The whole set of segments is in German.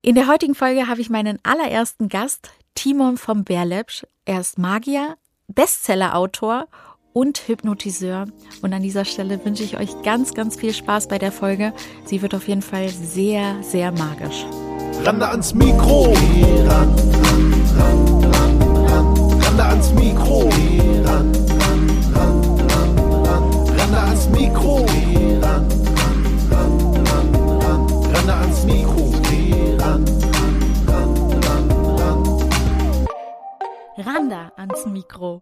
In der heutigen Folge habe ich meinen allerersten Gast, Timon vom Berlepsch. Er ist Magier, Bestsellerautor und Hypnotiseur. Und an dieser Stelle wünsche ich euch ganz, ganz viel Spaß bei der Folge. Sie wird auf jeden Fall sehr, sehr magisch. Rande ans Mikro. Rande ans Mikro. Rande ans Mikro. Rande ans Mikro. Randa ans Mikro.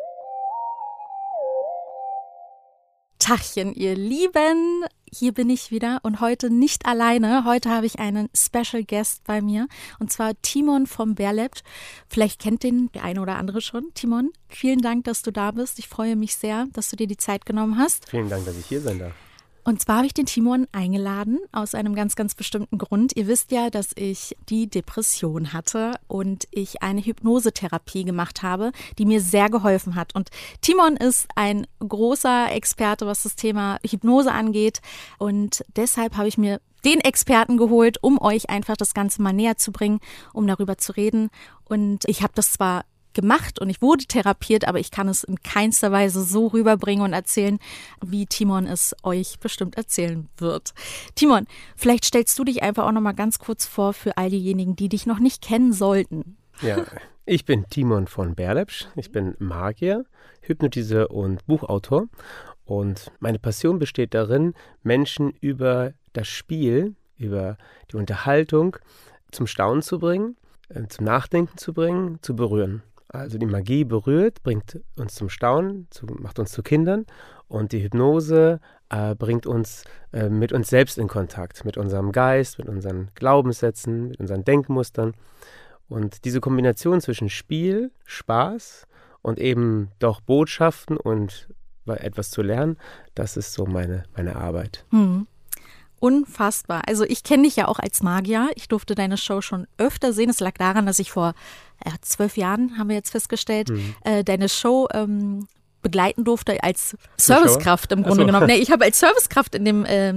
Tachchen, ihr Lieben, hier bin ich wieder und heute nicht alleine. Heute habe ich einen Special Guest bei mir und zwar Timon vom Berlepsch. Vielleicht kennt den der eine oder andere schon. Timon, vielen Dank, dass du da bist. Ich freue mich sehr, dass du dir die Zeit genommen hast. Vielen Dank, dass ich hier sein darf. Und zwar habe ich den Timon eingeladen aus einem ganz, ganz bestimmten Grund. Ihr wisst ja, dass ich die Depression hatte und ich eine Hypnosetherapie gemacht habe, die mir sehr geholfen hat. Und Timon ist ein großer Experte, was das Thema Hypnose angeht. Und deshalb habe ich mir den Experten geholt, um euch einfach das Ganze mal näher zu bringen, um darüber zu reden. Und ich habe das zwar gemacht und ich wurde therapiert, aber ich kann es in keinster Weise so rüberbringen und erzählen, wie Timon es euch bestimmt erzählen wird. Timon, vielleicht stellst du dich einfach auch noch mal ganz kurz vor für all diejenigen, die dich noch nicht kennen sollten. Ja, ich bin Timon von Berlepsch. Ich bin Magier, Hypnotiseur und Buchautor. Und meine Passion besteht darin, Menschen über das Spiel, über die Unterhaltung zum Staunen zu bringen, zum Nachdenken zu bringen, zu berühren. Also die Magie berührt, bringt uns zum Staunen, macht uns zu Kindern und die Hypnose bringt uns mit uns selbst in Kontakt, mit unserem Geist, mit unseren Glaubenssätzen, mit unseren Denkmustern. Und diese Kombination zwischen Spiel, Spaß und eben doch Botschaften und etwas zu lernen, das ist so meine Arbeit. Unfassbar. Also ich kenne dich ja auch als Magier. Ich durfte deine Show schon öfter sehen. Es lag daran, dass ich vor 12 Jahren, haben wir jetzt festgestellt, deine Show begleiten durfte als Servicekraft im Grunde genommen. Nee, ich habe als Servicekraft in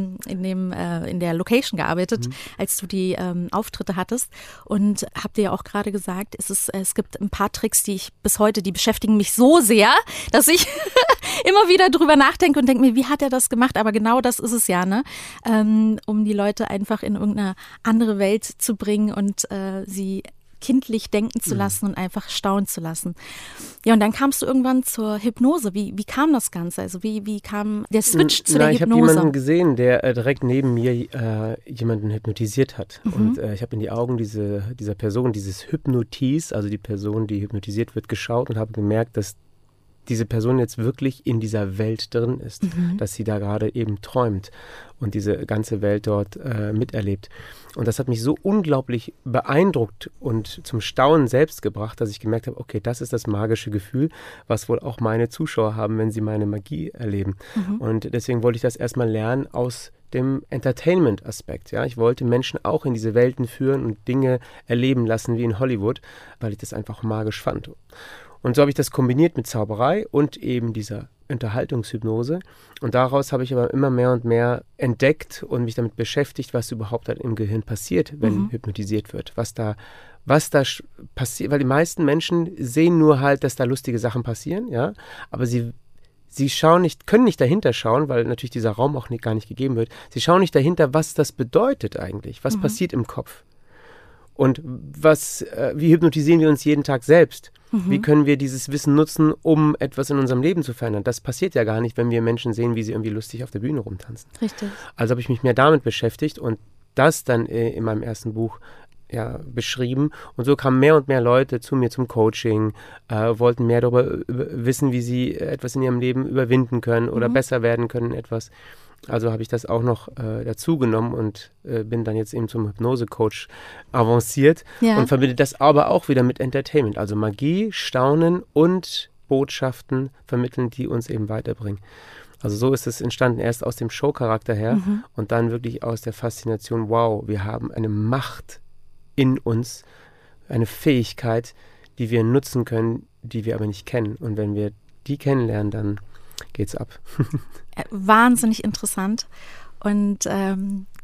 der Location gearbeitet, als du die Auftritte hattest und habe dir ja auch gerade gesagt, es gibt ein paar Tricks, die beschäftigen mich so sehr, dass ich immer wieder drüber nachdenke und denke mir, wie hat er das gemacht? Aber genau das ist es ja, ne? Um die Leute einfach in irgendeine andere Welt zu bringen und sie kindlich denken zu lassen und einfach staunen zu lassen. Ja, und dann kamst du irgendwann zur Hypnose. Wie kam das Ganze? Also wie kam der Switch zu der Hypnose? Ich habe jemanden gesehen, der direkt neben mir jemanden hypnotisiert hat. Und ich habe in die Augen dieser Person, dieses Hypnotis, also die Person, die hypnotisiert wird, geschaut und habe gemerkt, dass diese Person jetzt wirklich in dieser Welt drin ist, dass sie da gerade eben träumt und diese ganze Welt dort miterlebt. Und das hat mich so unglaublich beeindruckt und zum Staunen selbst gebracht, dass ich gemerkt habe, okay, das ist das magische Gefühl, was wohl auch meine Zuschauer haben, wenn sie meine Magie erleben. Und deswegen wollte ich das erstmal lernen aus dem Entertainment-Aspekt. Ja? Ich wollte Menschen auch in diese Welten führen und Dinge erleben lassen wie in Hollywood, weil ich das einfach magisch fand. Und so habe ich das kombiniert mit Zauberei und eben dieser Unterhaltungshypnose. Und daraus habe ich aber immer mehr und mehr entdeckt und mich damit beschäftigt, was überhaupt halt im Gehirn passiert, wenn hypnotisiert wird. Was da passiert, weil die meisten Menschen sehen nur halt, dass da lustige Sachen passieren, ja, aber sie können nicht dahinter schauen, weil natürlich dieser Raum auch gar nicht gegeben wird. Sie schauen nicht dahinter, was das bedeutet eigentlich, was passiert im Kopf. Und wie hypnotisieren wir uns jeden Tag selbst? Wie können wir dieses Wissen nutzen, um etwas in unserem Leben zu verändern? Das passiert ja gar nicht, wenn wir Menschen sehen, wie sie irgendwie lustig auf der Bühne rumtanzen. Richtig. Also habe ich mich mehr damit beschäftigt und das dann in meinem ersten Buch beschrieben. Und so kamen mehr und mehr Leute zu mir zum Coaching, wollten mehr darüber wissen, wie sie etwas in ihrem Leben überwinden können oder besser werden können in etwas. Also habe ich das auch noch dazu genommen und bin dann jetzt eben zum Hypnose-Coach avanciert und verbinde das aber auch wieder mit Entertainment. Also Magie, Staunen und Botschaften vermitteln, die uns eben weiterbringen. Also so ist es entstanden, erst aus dem Show-Charakter her und dann wirklich aus der Faszination, wow, wir haben eine Macht in uns, eine Fähigkeit, die wir nutzen können, die wir aber nicht kennen. Und wenn wir die kennenlernen, dann geht's ab. Wahnsinnig interessant. Und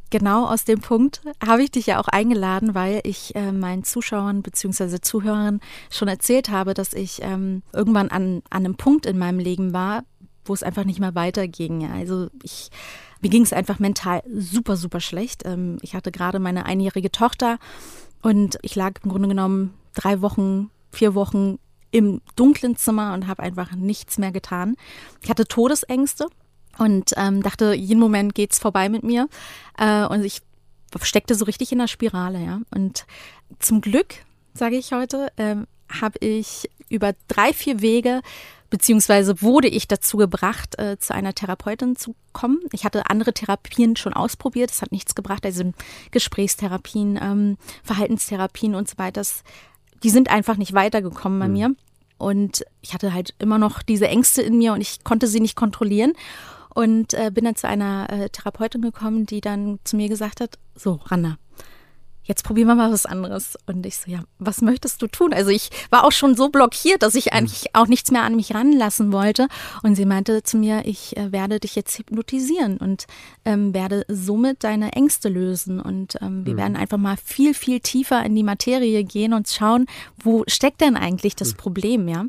genau aus dem Punkt habe ich dich ja auch eingeladen, weil ich meinen Zuschauern bzw. Zuhörern schon erzählt habe, dass ich irgendwann an einem Punkt in meinem Leben war, wo es einfach nicht mehr weiterging. Ja. Also mir ging es einfach mental super, super schlecht. Ich hatte gerade meine 1-jährige Tochter und ich lag im Grunde genommen 3 Wochen, 4 Wochen im dunklen Zimmer und habe einfach nichts mehr getan. Ich hatte Todesängste. Und dachte, jeden Moment geht's vorbei mit mir. Und ich steckte so richtig in der Spirale, ja. Und zum Glück, sage ich heute, habe ich über 3, 4 Wege, beziehungsweise wurde ich dazu gebracht, zu einer Therapeutin zu kommen. Ich hatte andere Therapien schon ausprobiert, das hat nichts gebracht. Also Gesprächstherapien, Verhaltenstherapien und so weiter. Die sind einfach nicht weitergekommen bei mir. Und ich hatte halt immer noch diese Ängste in mir und ich konnte sie nicht kontrollieren. Und bin dann zu einer Therapeutin gekommen, die dann zu mir gesagt hat, so Randa, jetzt probieren wir mal was anderes. Und ich so, ja, was möchtest du tun? Also ich war auch schon so blockiert, dass ich eigentlich auch nichts mehr an mich ranlassen wollte. Und sie meinte zu mir, ich werde dich jetzt hypnotisieren und werde somit deine Ängste lösen. Und wir werden einfach mal viel, viel tiefer in die Materie gehen und schauen, wo steckt denn eigentlich das Problem, ja?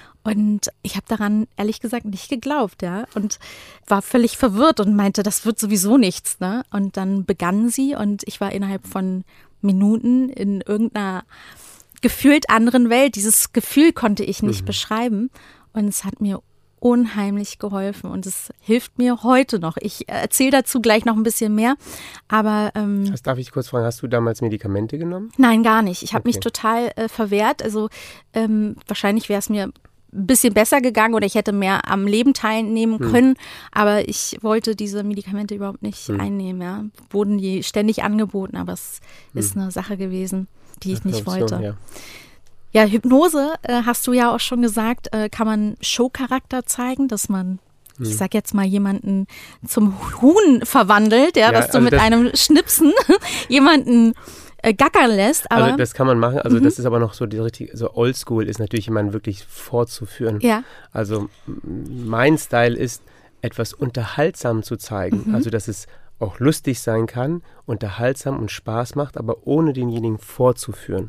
Und ich habe daran ehrlich gesagt nicht geglaubt, ja, und war völlig verwirrt und meinte, das wird sowieso nichts, ne? Und dann begann sie und ich war innerhalb von Minuten in irgendeiner gefühlt anderen Welt. Dieses Gefühl konnte ich nicht beschreiben und es hat mir unheimlich geholfen und es hilft mir heute noch. Ich erzähle dazu gleich noch ein bisschen mehr, aber Darf ich kurz fragen, hast du damals Medikamente genommen? Nein, gar nicht. Ich habe mich total verwehrt. Also wahrscheinlich wäre es mir ein bisschen besser gegangen oder ich hätte mehr am Leben teilnehmen können, aber ich wollte diese Medikamente überhaupt nicht einnehmen. Ja. Wurden die ständig angeboten, aber es ist eine Sache gewesen, die ich nicht wollte. Ja, Hypnose, hast du ja auch schon gesagt, kann man Showcharakter zeigen, dass man, ich sag jetzt mal, jemanden zum Huhn verwandelt, ja, dass du also mit einem Schnipsen jemanden gackern lässt. Aber also das kann man machen, also das ist aber noch so die richtige, so oldschool ist natürlich jemanden wirklich vorzuführen. Ja. Also mein Style ist, etwas unterhaltsam zu zeigen, also dass es auch lustig sein kann, unterhaltsam und Spaß macht, aber ohne denjenigen vorzuführen.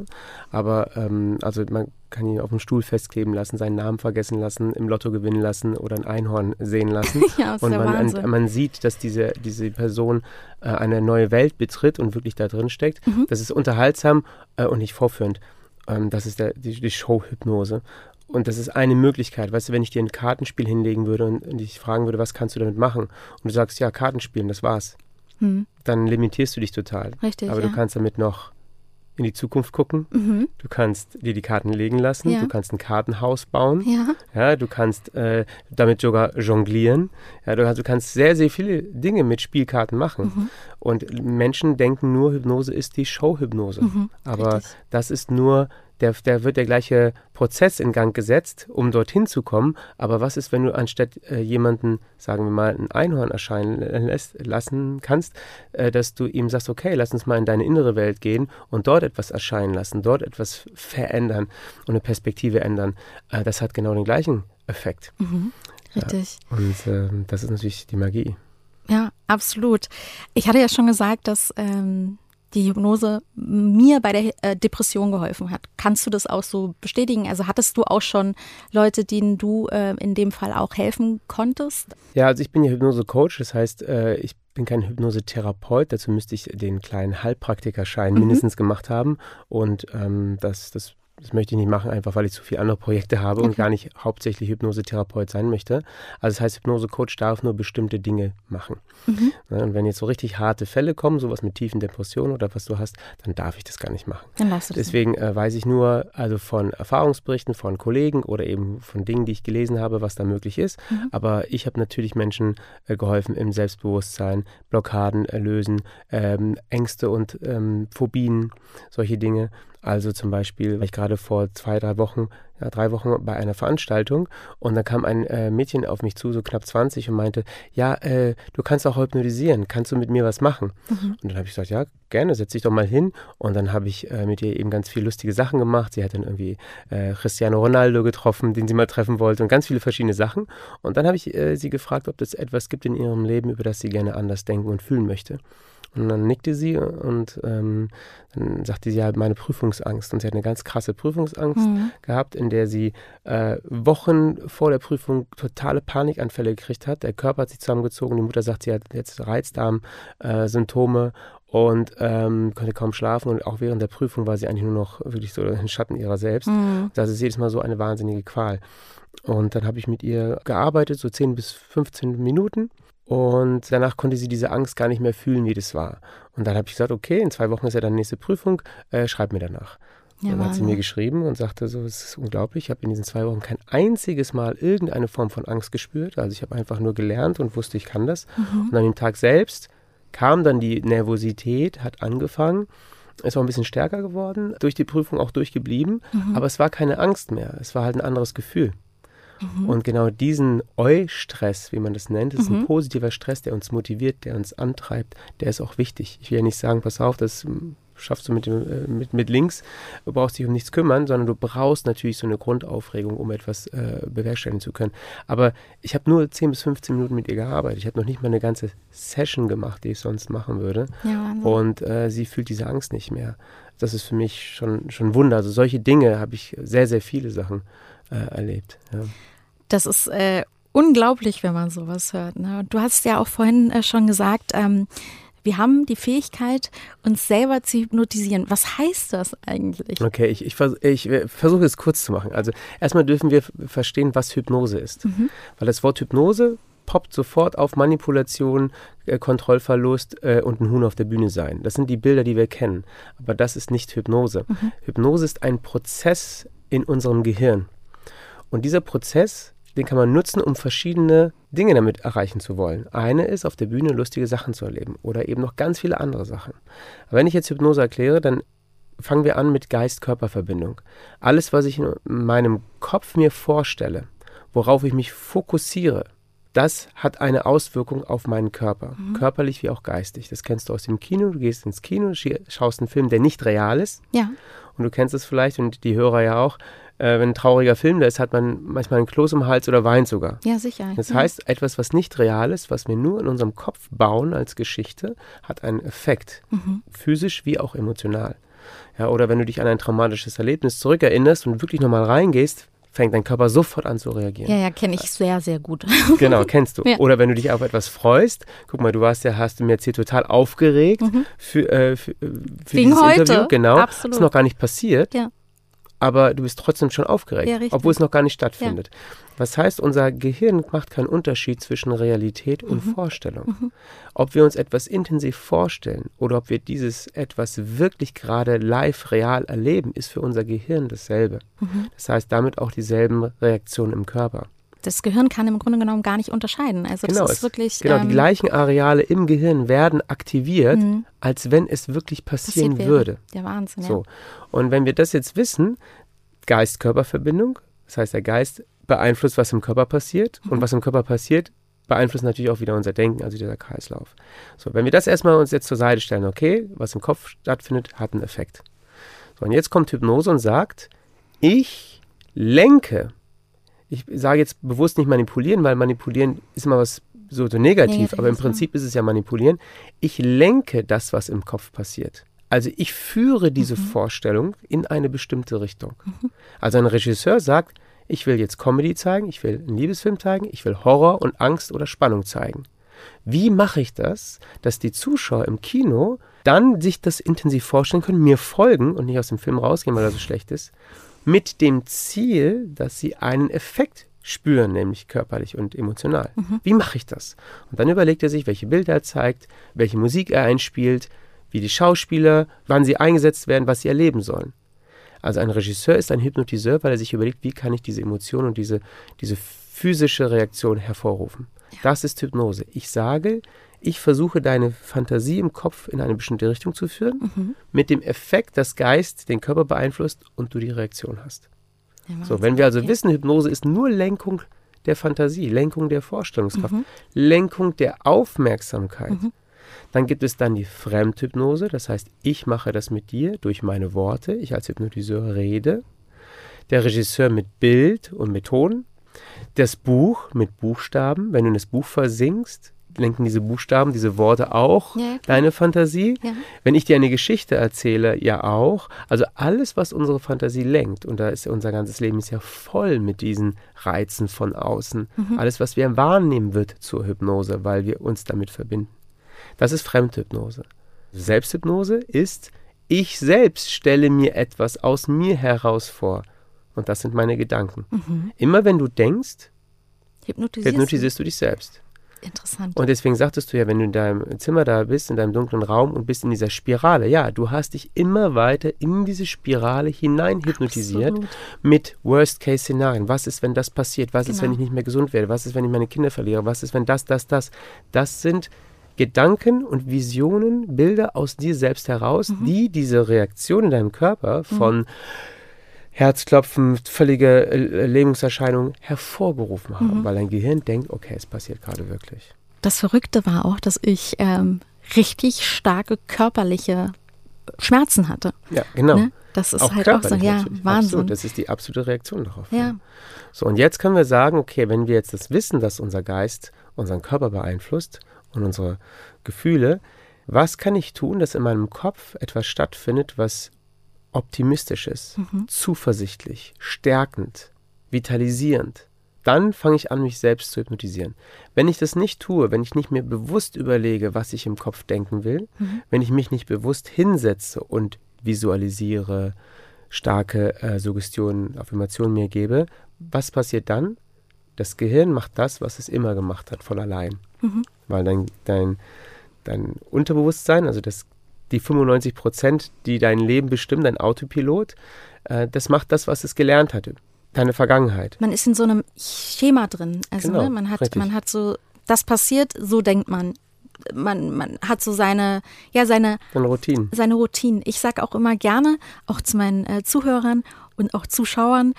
Aber also man kann ihn auf dem Stuhl festkleben lassen, seinen Namen vergessen lassen, im Lotto gewinnen lassen oder ein Einhorn sehen lassen. Ja, das ist und der Wahnsinn. man sieht, dass diese Person eine neue Welt betritt und wirklich da drin steckt. Das ist unterhaltsam und nicht vorführend. Das ist die Showhypnose. Und das ist eine Möglichkeit. Weißt du, wenn ich dir ein Kartenspiel hinlegen würde und dich fragen würde, was kannst du damit machen? Und du sagst, ja, Kartenspielen, das war's. Dann limitierst du dich total. Richtig, aber du kannst damit noch in die Zukunft gucken. Du kannst dir die Karten legen lassen. Ja. Du kannst ein Kartenhaus bauen. Ja. Ja, du kannst damit sogar jonglieren. Ja, du kannst sehr, sehr viele Dinge mit Spielkarten machen. Und Menschen denken nur, Hypnose ist die Showhypnose. Aber richtig. das ist nur, da wird der gleiche Prozess in Gang gesetzt, um dorthin zu kommen. Aber was ist, wenn du anstatt jemanden, sagen wir mal, ein Einhorn erscheinen lassen kannst, dass du ihm sagst, okay, lass uns mal in deine innere Welt gehen und dort etwas erscheinen lassen, dort etwas verändern und eine Perspektive ändern. Das hat genau den gleichen Effekt. Richtig. Ja, und das ist natürlich die Magie. Ja, absolut. Ich hatte ja schon gesagt, dass die Hypnose mir bei der Depression geholfen hat. Kannst du das auch so bestätigen? Also hattest du auch schon Leute, denen du in dem Fall auch helfen konntest? Ja, also ich bin ja Hypnose-Coach, das heißt, ich bin kein Hypnosetherapeut, dazu müsste ich den kleinen Heilpraktikerschein mindestens gemacht haben und das möchte ich nicht machen, einfach weil ich zu viele andere Projekte habe und gar nicht hauptsächlich Hypnosetherapeut sein möchte. Also das heißt, Hypnose-Coach darf nur bestimmte Dinge machen. Ja, und wenn jetzt so richtig harte Fälle kommen, sowas mit tiefen Depressionen oder was du hast, dann darf ich das gar nicht machen. Dann darfst du das Deswegen weiß ich nur also von Erfahrungsberichten von Kollegen oder eben von Dingen, die ich gelesen habe, was da möglich ist. Aber ich habe natürlich Menschen geholfen im Selbstbewusstsein, Blockaden lösen, Ängste und Phobien, solche Dinge. Also zum Beispiel war ich gerade vor 3 Wochen bei einer Veranstaltung und da kam ein Mädchen auf mich zu, so knapp 20 und meinte, ja, du kannst auch hypnotisieren, kannst du mit mir was machen? Und dann habe ich gesagt, ja, gerne, setz dich doch mal hin. Und dann habe ich mit ihr eben ganz viele lustige Sachen gemacht. Sie hat dann irgendwie Cristiano Ronaldo getroffen, den sie mal treffen wollte und ganz viele verschiedene Sachen. Und dann habe ich sie gefragt, ob es etwas gibt in ihrem Leben, über das sie gerne anders denken und fühlen möchte. Und dann nickte sie und dann sagte sie halt meine Prüfungsangst. Und sie hat eine ganz krasse Prüfungsangst gehabt, in der sie Wochen vor der Prüfung totale Panikanfälle gekriegt hat. Der Körper hat sich zusammengezogen. Die Mutter sagt, sie hat jetzt Reizdarm-Symptome und konnte kaum schlafen. Und auch während der Prüfung war sie eigentlich nur noch wirklich so ein Schatten ihrer selbst. Das ist jedes Mal so eine wahnsinnige Qual. Und dann habe ich mit ihr gearbeitet, so 10 bis 15 Minuten. Und danach konnte sie diese Angst gar nicht mehr fühlen, wie das war. Und dann habe ich gesagt, okay, in 2 Wochen ist ja dann nächste Prüfung, schreib mir danach. Ja, dann hat sie mir geschrieben und sagte so, es ist unglaublich, ich habe in diesen 2 Wochen kein einziges Mal irgendeine Form von Angst gespürt. Also ich habe einfach nur gelernt und wusste, ich kann das. Und an dem Tag selbst kam dann die Nervosität, hat angefangen, ist auch ein bisschen stärker geworden, durch die Prüfung auch durchgeblieben. Aber es war keine Angst mehr, es war halt ein anderes Gefühl. Und genau diesen Eu-Stress, wie man das nennt, ist ein positiver Stress, der uns motiviert, der uns antreibt, der ist auch wichtig. Ich will ja nicht sagen, pass auf, das schaffst du mit links, du brauchst dich um nichts kümmern, sondern du brauchst natürlich so eine Grundaufregung, um etwas bewerkstelligen zu können. Aber ich habe nur 10 bis 15 Minuten mit ihr gearbeitet. Ich habe noch nicht mal eine ganze Session gemacht, die ich sonst machen würde. Ja, und sie fühlt diese Angst nicht mehr. Das ist für mich schon ein Wunder. Also solche Dinge habe ich sehr, sehr viele Sachen erlebt. Ja. Das ist unglaublich, wenn man sowas hört. Ne? Du hast ja auch vorhin schon gesagt, wir haben die Fähigkeit, uns selber zu hypnotisieren. Was heißt das eigentlich? Okay, ich versuche es kurz zu machen. Also erstmal dürfen wir verstehen, was Hypnose ist. Weil das Wort Hypnose poppt sofort auf Manipulation, Kontrollverlust und ein Huhn auf der Bühne sein. Das sind die Bilder, die wir kennen. Aber das ist nicht Hypnose. Hypnose ist ein Prozess in unserem Gehirn. Und dieser Prozess, den kann man nutzen, um verschiedene Dinge damit erreichen zu wollen. Eine ist, auf der Bühne lustige Sachen zu erleben oder eben noch ganz viele andere Sachen. Aber wenn ich jetzt Hypnose erkläre, dann fangen wir an mit Geist-Körper-Verbindung. Alles, was ich in meinem Kopf mir vorstelle, worauf ich mich fokussiere, das hat eine Auswirkung auf meinen Körper, körperlich wie auch geistig. Das kennst du aus dem Kino, du gehst ins Kino, schaust einen Film, der nicht real ist. Ja. Und du kennst es vielleicht und die Hörer ja auch, wenn ein trauriger Film da ist, hat man manchmal einen Kloß im Hals oder weint sogar. Ja, sicher. Das heißt, etwas, was nicht real ist, was wir nur in unserem Kopf bauen als Geschichte, hat einen Effekt, physisch wie auch emotional. Ja, oder wenn du dich an ein traumatisches Erlebnis zurückerinnerst und wirklich nochmal reingehst, fängt dein Körper sofort an zu reagieren. Ja, kenne ich sehr, sehr gut. Genau, kennst du. Ja. Oder wenn du dich auf etwas freust, guck mal, hast du mir jetzt hier total aufgeregt für dieses heute. Interview. Genau, absolut. Ist noch gar nicht passiert. Ja. Aber du bist trotzdem schon aufgeregt, obwohl es noch gar nicht stattfindet. Ja. Was heißt, unser Gehirn macht keinen Unterschied zwischen Realität und Vorstellung. Ob wir uns etwas intensiv vorstellen oder ob wir dieses etwas wirklich gerade live, real erleben, ist für unser Gehirn dasselbe. Das heißt, damit auch dieselben Reaktionen im Körper. Das Gehirn kann im Grunde genommen gar nicht unterscheiden. Also das ist wirklich... Genau, die gleichen Areale im Gehirn werden aktiviert, als wenn es wirklich passieren würde. Der Wahnsinn, ja. So. Und wenn wir das jetzt wissen, Geist-Körper-Verbindung, das heißt, der Geist beeinflusst, was im Körper passiert und was im Körper passiert, beeinflusst natürlich auch wieder unser Denken, also dieser Kreislauf. So, wenn wir das erstmal uns jetzt zur Seite stellen, okay, was im Kopf stattfindet, hat einen Effekt. So, und jetzt kommt Hypnose und sagt, ich lenke. Ich sage jetzt bewusst nicht manipulieren, weil manipulieren ist immer was so negativ, aber im Prinzip ist es ja manipulieren. Ich lenke das, was im Kopf passiert. Also ich führe diese Vorstellung in eine bestimmte Richtung. Also ein Regisseur sagt, ich will jetzt Comedy zeigen, ich will einen Liebesfilm zeigen, ich will Horror und Angst oder Spannung zeigen. Wie mache ich das, dass die Zuschauer im Kino dann sich das intensiv vorstellen können, mir folgen und nicht aus dem Film rausgehen, weil er so schlecht ist, mit dem Ziel, dass sie einen Effekt spüren, nämlich körperlich und emotional. Wie mache ich das? Und dann überlegt er sich, welche Bilder er zeigt, welche Musik er einspielt, wie die Schauspieler, wann sie eingesetzt werden, was sie erleben sollen. Also ein Regisseur ist ein Hypnotiseur, weil er sich überlegt, wie kann ich diese Emotion und diese physische Reaktion hervorrufen. Ja. Das ist Hypnose. Ich sage, ich versuche deine Fantasie im Kopf in eine bestimmte Richtung zu führen, mit dem Effekt, dass Geist den Körper beeinflusst und du die Reaktion hast. Ja, so, wenn wir also wissen, Hypnose ist nur Lenkung der Fantasie, Lenkung der Vorstellungskraft, Lenkung der Aufmerksamkeit, dann gibt es dann die Fremdhypnose, das heißt, ich mache das mit dir durch meine Worte, ich als Hypnotiseur rede, der Regisseur mit Bild und mit Ton, das Buch mit Buchstaben, wenn du in das Buch versinkst, lenken diese Buchstaben, diese Worte auch Ja, klar. deine Fantasie? Ja. Wenn ich dir eine Geschichte erzähle, ja auch. Also alles, was unsere Fantasie lenkt, und da ist ja unser ganzes Leben ist ja voll mit diesen Reizen von außen. Alles, was wir wahrnehmen, wird zur Hypnose, weil wir uns damit verbinden. Das ist Fremdhypnose. Selbsthypnose ist, ich selbst stelle mir etwas aus mir heraus vor. Und das sind meine Gedanken. Immer wenn du denkst, hypnotisierst du dich selbst. Interessant. Und deswegen sagtest du ja, wenn du in deinem Zimmer da bist, in deinem dunklen Raum und bist in dieser Spirale, ja, du hast dich immer weiter in diese Spirale hinein hypnotisiert Absolut. mit Worst-Case-Szenarien. Was ist, wenn das passiert? Was ist, wenn Genau. ich nicht mehr gesund werde? Was ist, wenn ich meine Kinder verliere? Was ist, wenn das? Das sind Gedanken und Visionen, Bilder aus dir selbst heraus, die diese Reaktion in deinem Körper von Herzklopfen, völlige Lähmungserscheinungen hervorgerufen haben, weil dein Gehirn denkt, okay, es passiert gerade wirklich. Das Verrückte war auch, dass ich richtig starke körperliche Schmerzen hatte. Ja, genau. Ne? Das ist halt auch so, körperlich ja, natürlich. Wahnsinn. Absolut, das ist die absolute Reaktion darauf. Ja. So, und jetzt können wir sagen, okay, wenn wir jetzt das wissen, dass unser Geist unseren Körper beeinflusst und unsere Gefühle, was kann ich tun, dass in meinem Kopf etwas stattfindet, was optimistisch ist, zuversichtlich, stärkend, vitalisierend? Dann fange ich an, mich selbst zu hypnotisieren. Wenn ich das nicht tue, wenn ich nicht mir bewusst überlege, was ich im Kopf denken will, wenn ich mich nicht bewusst hinsetze und visualisiere, starke Suggestionen, Affirmationen mir gebe, was passiert dann? Das Gehirn macht das, was es immer gemacht hat, von allein. Weil dein Unterbewusstsein, also die 95%, die dein Leben bestimmen, dein Autopilot, das macht das, was es gelernt hatte. Deine Vergangenheit. Man ist in so einem Schema drin. Also Genau, ne, man richtig. hat so, das passiert, so denkt man. Man hat so seine Routinen. Routinen. Ich sage auch immer gerne, auch zu meinen Zuhörern und auch Zuschauern,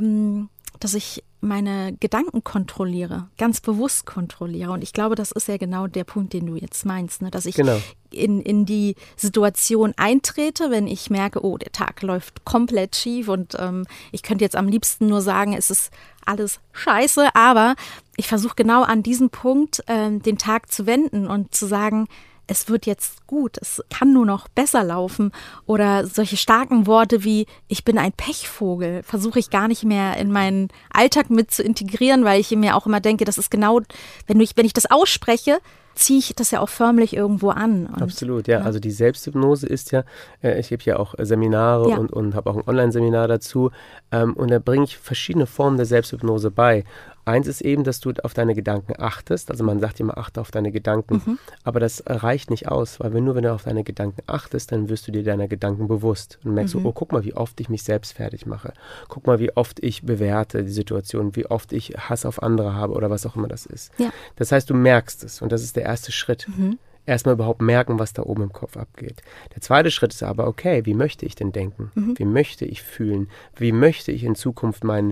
dass ich meine Gedanken kontrolliere, ganz bewusst kontrolliere. Und ich glaube, das ist ja genau der Punkt, den du jetzt meinst, ne? Dass ich Genau. in die Situation eintrete, wenn ich merke, oh, der Tag läuft komplett schief und ich könnte jetzt am liebsten nur sagen, es ist alles scheiße, aber ich versuche genau an diesem Punkt den Tag zu wenden und zu sagen, es wird jetzt gut, es kann nur noch besser laufen. Oder solche starken Worte wie, ich bin ein Pechvogel, versuche ich gar nicht mehr in meinen Alltag mit zu integrieren, weil ich mir auch immer denke, das ist genau, wenn ich das ausspreche, ziehe ich das ja auch förmlich irgendwo an. Und, Absolut, ja. Also die Selbsthypnose ist ja, ich gebe ja auch Seminare Ja. und habe auch ein Online-Seminar dazu und da bringe ich verschiedene Formen der Selbsthypnose bei. Eins ist eben, dass du auf deine Gedanken achtest. Also man sagt immer, achte auf deine Gedanken. Aber das reicht nicht aus, weil wenn du auf deine Gedanken achtest, dann wirst du dir deiner Gedanken bewusst. Und merkst du, oh, guck mal, wie oft ich mich selbst fertig mache. Guck mal, wie oft ich bewerte die Situation, wie oft ich Hass auf andere habe oder was auch immer das ist. Ja. Das heißt, du merkst es und das ist der erste Schritt. Erstmal überhaupt merken, was da oben im Kopf abgeht. Der zweite Schritt ist aber, okay, wie möchte ich denn denken? Wie möchte ich fühlen? Wie möchte ich in Zukunft meinen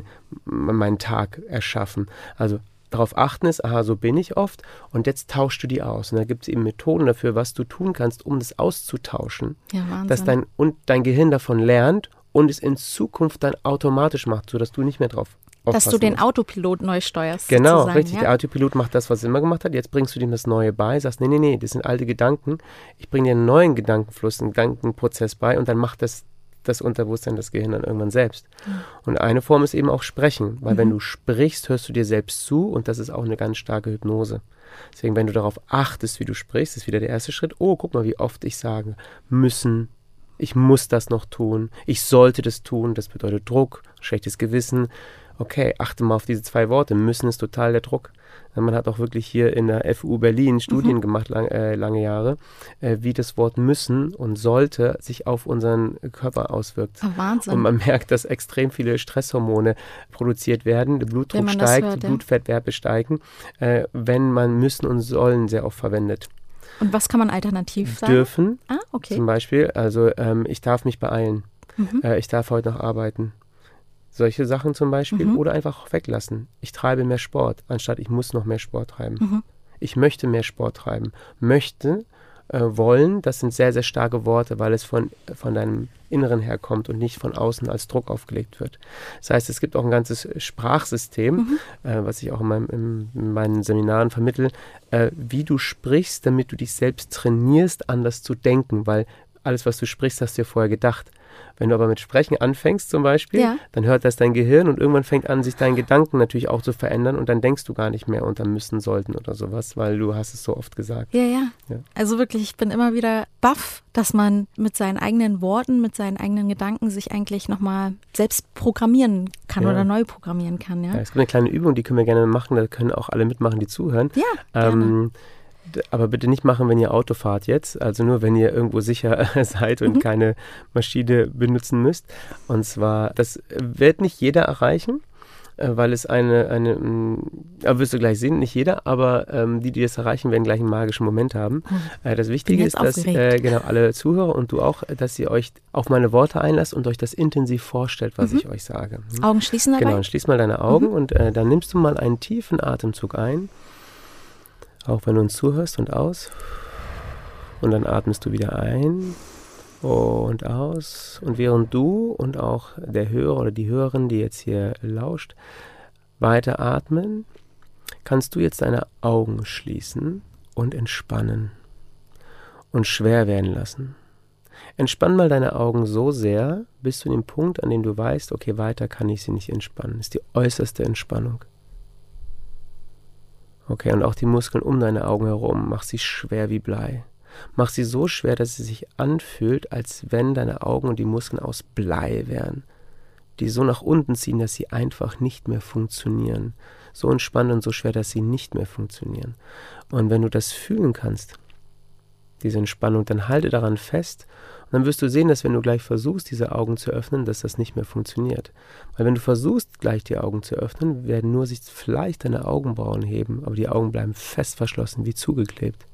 Tag erschaffen? Also darauf achten ist, aha, so bin ich oft und jetzt tauschst du die aus. Und da gibt es eben Methoden dafür, was du tun kannst, um das auszutauschen. Ja, Wahnsinn. Dass dein Gehirn davon lernt und es in Zukunft dann automatisch macht, sodass du nicht mehr drauf dass du den musst. Autopilot neu steuerst. Genau, sozusagen, richtig. ja? Der Autopilot macht das, was er immer gemacht hat. Jetzt bringst du ihm das Neue bei, sagst, nee, das sind alte Gedanken. Ich bringe dir einen neuen Gedankenfluss, einen Gedankenprozess bei und dann macht das Unterbewusstsein, das Gehirn dann irgendwann selbst. Und eine Form ist eben auch Sprechen, weil wenn du sprichst, hörst du dir selbst zu und das ist auch eine ganz starke Hypnose. Deswegen, wenn du darauf achtest, wie du sprichst, ist wieder der erste Schritt. Oh, guck mal, wie oft ich sage, müssen, ich muss das noch tun, ich sollte das tun, das bedeutet Druck, schlechtes Gewissen. Okay, achte mal auf diese 2 Worte. Müssen ist total der Druck. Man hat auch wirklich hier in der FU Berlin Studien gemacht, lange Jahre, wie das Wort müssen und sollte sich auf unseren Körper auswirkt. Oh, Wahnsinn. Und man merkt, dass extrem viele Stresshormone produziert werden, der Blutdruck Wenn man das steigt, hört, die ja. Blutfettwerte steigen, wenn man müssen und sollen sehr oft verwendet. Und was kann man alternativ sagen? Dürfen Ah, okay. zum Beispiel, also ich darf mich beeilen, ich darf heute noch arbeiten. Solche Sachen zum Beispiel. Oder einfach weglassen. Ich treibe mehr Sport, anstatt ich muss noch mehr Sport treiben. Ich möchte mehr Sport treiben. Möchte wollen, das sind sehr, sehr starke Worte, weil es von deinem Inneren herkommt und nicht von außen als Druck aufgelegt wird. Das heißt, es gibt auch ein ganzes Sprachsystem, was ich auch in meinen Seminaren vermittle, wie du sprichst, damit du dich selbst trainierst, anders zu denken, weil alles, was du sprichst, hast du dir vorher gedacht. Wenn du aber mit Sprechen anfängst zum Beispiel, dann hört das dein Gehirn und irgendwann fängt an, sich dein Gedanken natürlich auch zu verändern und dann denkst du gar nicht mehr unter müssen, sollten oder sowas, weil du hast es so oft gesagt. Ja. Also wirklich, ich bin immer wieder baff, dass man mit seinen eigenen Worten, mit seinen eigenen Gedanken sich eigentlich nochmal selbst programmieren kann oder neu programmieren kann. Ja? Es gibt eine kleine Übung, die können wir gerne machen, da können auch alle mitmachen, die zuhören. Ja, gerne. Aber bitte nicht machen, wenn ihr Auto fahrt jetzt. Also nur, wenn ihr irgendwo sicher seid und keine Maschine benutzen müsst. Und zwar, das wird nicht jeder erreichen, weil es wirst du gleich sehen, nicht jeder, aber die das erreichen, werden gleich einen magischen Moment haben. Das Wichtige ist, dass alle Zuhörer und du auch, dass ihr euch auf meine Worte einlasst und euch das intensiv vorstellt, was ich euch sage. Augen schließen dabei? Genau, schließ mal deine Augen und dann nimmst du mal einen tiefen Atemzug ein. Auch wenn du uns zuhörst und aus. Und dann atmest du wieder ein und aus. Und während du und auch der Hörer oder die Hörerin, die jetzt hier lauscht, weiter atmen, kannst du jetzt deine Augen schließen und entspannen und schwer werden lassen. Entspann mal deine Augen so sehr, bis zu dem Punkt, an dem du weißt, okay, weiter kann ich sie nicht entspannen. Das ist die äußerste Entspannung. Okay, und auch die Muskeln um deine Augen herum, mach sie schwer wie Blei. Mach sie so schwer, dass sie sich anfühlt, als wenn deine Augen und die Muskeln aus Blei wären, die so nach unten ziehen, dass sie einfach nicht mehr funktionieren. So entspannt und so schwer, dass sie nicht mehr funktionieren. Und wenn du das fühlen kannst, diese Entspannung, dann halte daran fest und dann wirst du sehen, dass wenn du gleich versuchst, diese Augen zu öffnen, dass das nicht mehr funktioniert. Weil wenn du versuchst, gleich die Augen zu öffnen, werden nur sich vielleicht deine Augenbrauen heben, aber die Augen bleiben fest verschlossen, wie zugeklebt.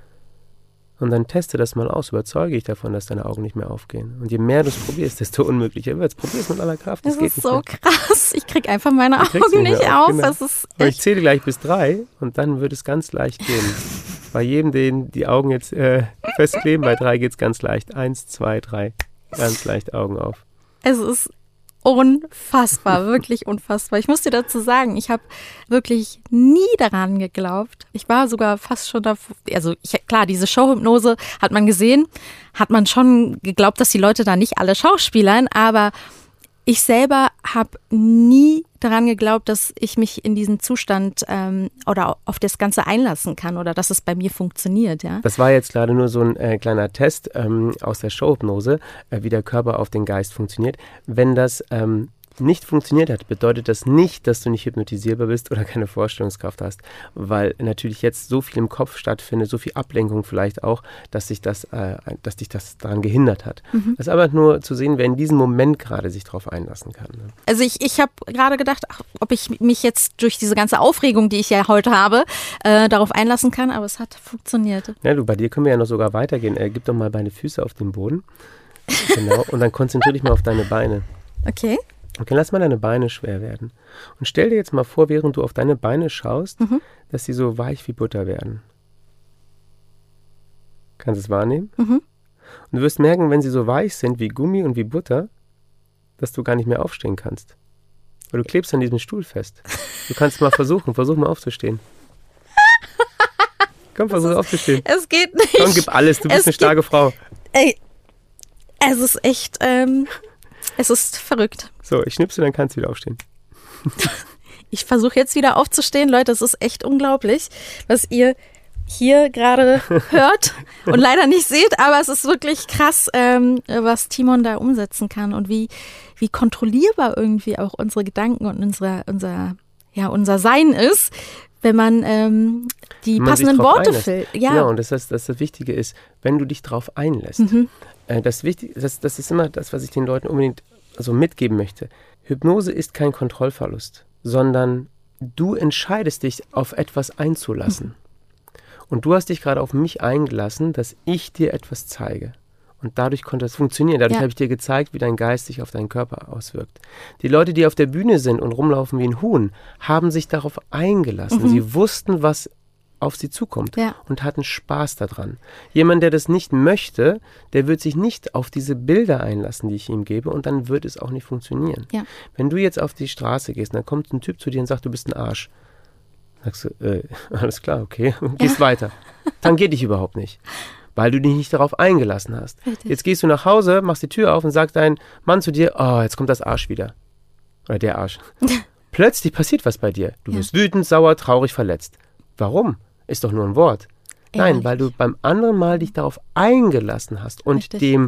Und dann teste das mal aus, überzeuge dich davon, dass deine Augen nicht mehr aufgehen. Und je mehr du es probierst, desto unmöglicher wird es. Probier es mit aller Kraft. Das ist so krass. Ich kriege einfach meine Augen nicht auf. Genau. Das ist echt. Aber ich zähle gleich bis 3 und dann wird es ganz leicht gehen. Bei jedem, den die Augen jetzt festkleben, bei 3 geht es ganz leicht. 1, 2, 3. Ganz leicht Augen auf. Es ist unfassbar, wirklich unfassbar. Ich muss dir dazu sagen, ich habe wirklich nie daran geglaubt. Ich war sogar fast schon davor, also klar, diese Showhypnose hat man gesehen, hat man schon geglaubt, dass die Leute da nicht alle schauspielern, aber ich selber habe nie daran geglaubt, dass ich mich in diesen Zustand oder auf das Ganze einlassen kann oder dass es bei mir funktioniert. Ja? Das war jetzt gerade nur so ein kleiner Test aus der Showhypnose, wie der Körper auf den Geist funktioniert. Wenn das nicht funktioniert hat, bedeutet das nicht, dass du nicht hypnotisierbar bist oder keine Vorstellungskraft hast, weil natürlich jetzt so viel im Kopf stattfindet, so viel Ablenkung vielleicht auch, dass dich das daran gehindert hat. Das ist aber nur zu sehen, wer in diesem Moment gerade sich darauf einlassen kann. Ne? Also ich habe gerade gedacht, ob ich mich jetzt durch diese ganze Aufregung, die ich ja heute habe, darauf einlassen kann, aber es hat funktioniert. Ja, bei dir können wir ja noch sogar weitergehen. Gib doch mal deine Füße auf den Boden. Genau, und dann konzentriere dich mal auf deine Beine. Okay. Okay, lass mal deine Beine schwer werden. Und stell dir jetzt mal vor, während du auf deine Beine schaust, dass sie so weich wie Butter werden. Kannst du es wahrnehmen? Und du wirst merken, wenn sie so weich sind wie Gummi und wie Butter, dass du gar nicht mehr aufstehen kannst. Weil du klebst an diesem Stuhl fest. Du kannst mal versuch mal aufzustehen. Komm, versuch aufzustehen. Es geht nicht. Komm, gib alles, du bist eine starke Frau. Ey, es ist echt, es ist verrückt. So, ich schnipse, dann kannst du wieder aufstehen. Ich versuche jetzt wieder aufzustehen. Leute, es ist echt unglaublich, was ihr hier gerade hört und leider nicht seht, aber es ist wirklich krass, was Timon da umsetzen kann und wie kontrollierbar irgendwie auch unsere Gedanken und unser Sein ist, wenn man die passenden Worte findet. Ja. Genau, und das Wichtige ist, wenn du dich drauf einlässt. Das ist immer das, was ich den Leuten unbedingt mitgeben möchte. Hypnose ist kein Kontrollverlust, sondern du entscheidest dich, auf etwas einzulassen. Und du hast dich gerade auf mich eingelassen, dass ich dir etwas zeige. Und dadurch konnte es funktionieren. Dadurch habe ich dir gezeigt, wie dein Geist sich auf deinen Körper auswirkt. Die Leute, die auf der Bühne sind und rumlaufen wie ein Huhn, haben sich darauf eingelassen. Sie wussten, was auf sie zukommt Ja. und hat einen Spaß daran. Jemand, der das nicht möchte, der wird sich nicht auf diese Bilder einlassen, die ich ihm gebe, und dann wird es auch nicht funktionieren. Ja. Wenn du jetzt auf die Straße gehst, dann kommt ein Typ zu dir und sagt, du bist ein Arsch. Sagst du, alles klar, okay, und gehst weiter. Tangiert dich überhaupt nicht, weil du dich nicht darauf eingelassen hast. Richtig. Jetzt gehst du nach Hause, machst die Tür auf und sagt dein Mann zu dir, oh, jetzt kommt das Arsch wieder. Oder der Arsch. Plötzlich passiert was bei dir. Du wirst wütend, sauer, traurig, verletzt. Warum? Ist doch nur ein Wort. Nein, Ehrlich. weil du beim anderen Mal dich darauf eingelassen hast und Richtig.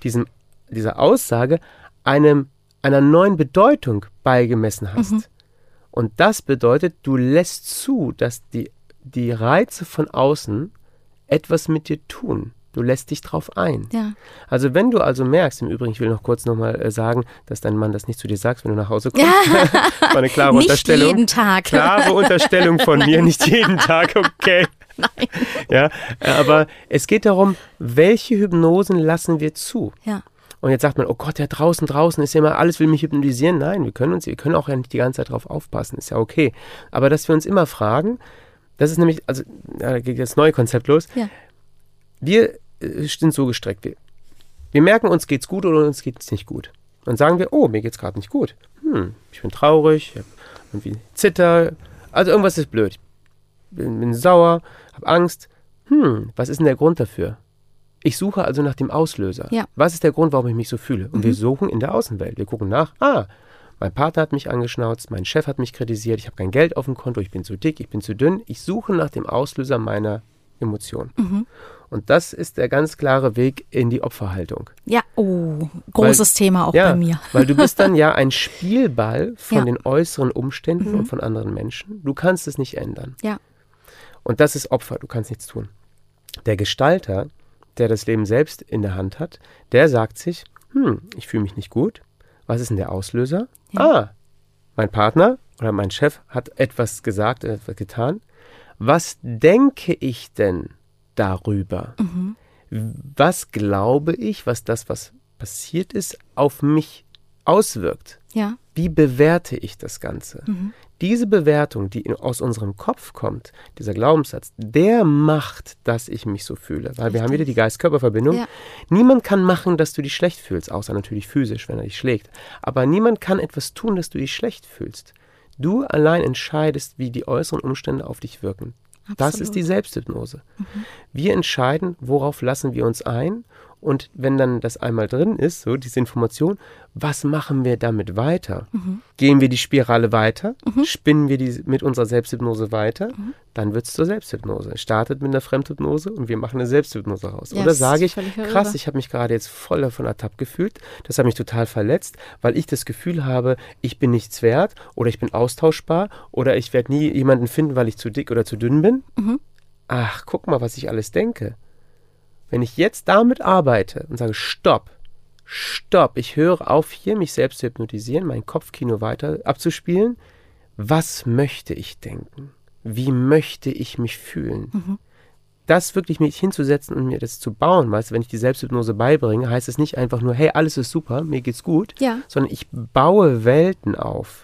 dieser Aussage einer neuen Bedeutung beigemessen hast. Und das bedeutet, du lässt zu, dass die Reize von außen etwas mit dir tun. Du lässt dich drauf ein. Ja. Also wenn du also merkst, im Übrigen, ich will noch kurz nochmal sagen, dass dein Mann das nicht zu dir sagt, wenn du nach Hause kommst. War eine klare Nicht Unterstellung. jeden Tag. Klare Unterstellung von mir, nicht jeden Tag, okay. Nein. Ja, aber es geht darum, welche Hypnosen lassen wir zu? Ja. Und jetzt sagt man, oh Gott, ja draußen ist ja immer, alles will mich hypnotisieren. Nein, wir können auch ja nicht die ganze Zeit drauf aufpassen, ist ja okay. Aber dass wir uns immer fragen, das ist nämlich, also da geht das neue Konzept los. Ja. Wir sind so gestreckt. Wir merken, uns geht's gut oder uns geht's nicht gut. Dann sagen wir, oh, mir geht's gerade nicht gut. Ich bin traurig, ich hab irgendwie Zitter, also irgendwas ist blöd. Ich bin sauer, habe Angst. Was ist denn der Grund dafür? Ich suche also nach dem Auslöser. Ja. Was ist der Grund, warum ich mich so fühle? Und wir suchen in der Außenwelt. Wir gucken nach, mein Partner hat mich angeschnauzt, mein Chef hat mich kritisiert, ich habe kein Geld auf dem Konto, ich bin zu dick, ich bin zu dünn. Ich suche nach dem Auslöser meiner Emotionen. Und das ist der ganz klare Weg in die Opferhaltung. Ja, großes Thema auch bei mir. Weil du bist dann ja ein Spielball von Ja. den äußeren Umständen und von anderen Menschen. Du kannst es nicht ändern. Ja. Und das ist Opfer, du kannst nichts tun. Der Gestalter, der das Leben selbst in der Hand hat, der sagt sich, ich fühle mich nicht gut. Was ist denn der Auslöser? Ja. Mein Partner oder mein Chef hat etwas gesagt, etwas getan. Was denke ich denn darüber? Was glaube ich, was passiert ist, auf mich auswirkt? Ja. Wie bewerte ich das Ganze? Diese Bewertung, die aus unserem Kopf kommt, dieser Glaubenssatz, der macht, dass ich mich so fühle. Weil wir haben wieder die Geist-Körper-Verbindung. Ja. Niemand kann machen, dass du dich schlecht fühlst, außer natürlich physisch, wenn er dich schlägt. Aber niemand kann etwas tun, dass du dich schlecht fühlst. Du allein entscheidest, wie die äußeren Umstände auf dich wirken. Das Absolut. ist die Selbsthypnose. Wir entscheiden, worauf lassen wir uns ein, und wenn dann das einmal drin ist, so diese Information, was machen wir damit weiter? Gehen wir die Spirale weiter? Spinnen wir die mit unserer Selbsthypnose weiter? Dann wird es zur Selbsthypnose. Es startet mit einer Fremdhypnose und wir machen eine Selbsthypnose raus. Ja, Oder das sage ist ich, völlig irre. krass, ich habe mich gerade jetzt voll davon ertappt gefühlt, das hat mich total verletzt, weil ich das Gefühl habe, ich bin nichts wert oder ich bin austauschbar oder ich werde nie jemanden finden, weil ich zu dick oder zu dünn bin. Ach, guck mal, was ich alles denke. Wenn ich jetzt damit arbeite und sage, stopp, ich höre auf, hier mich selbst zu hypnotisieren, mein Kopfkino weiter abzuspielen, was möchte ich denken? Wie möchte ich mich fühlen? Das wirklich mich hinzusetzen und mir das zu bauen, weißt du, wenn ich die Selbsthypnose beibringe, heißt es nicht einfach nur, hey, alles ist super, mir geht's gut, Ja. sondern ich baue Welten auf,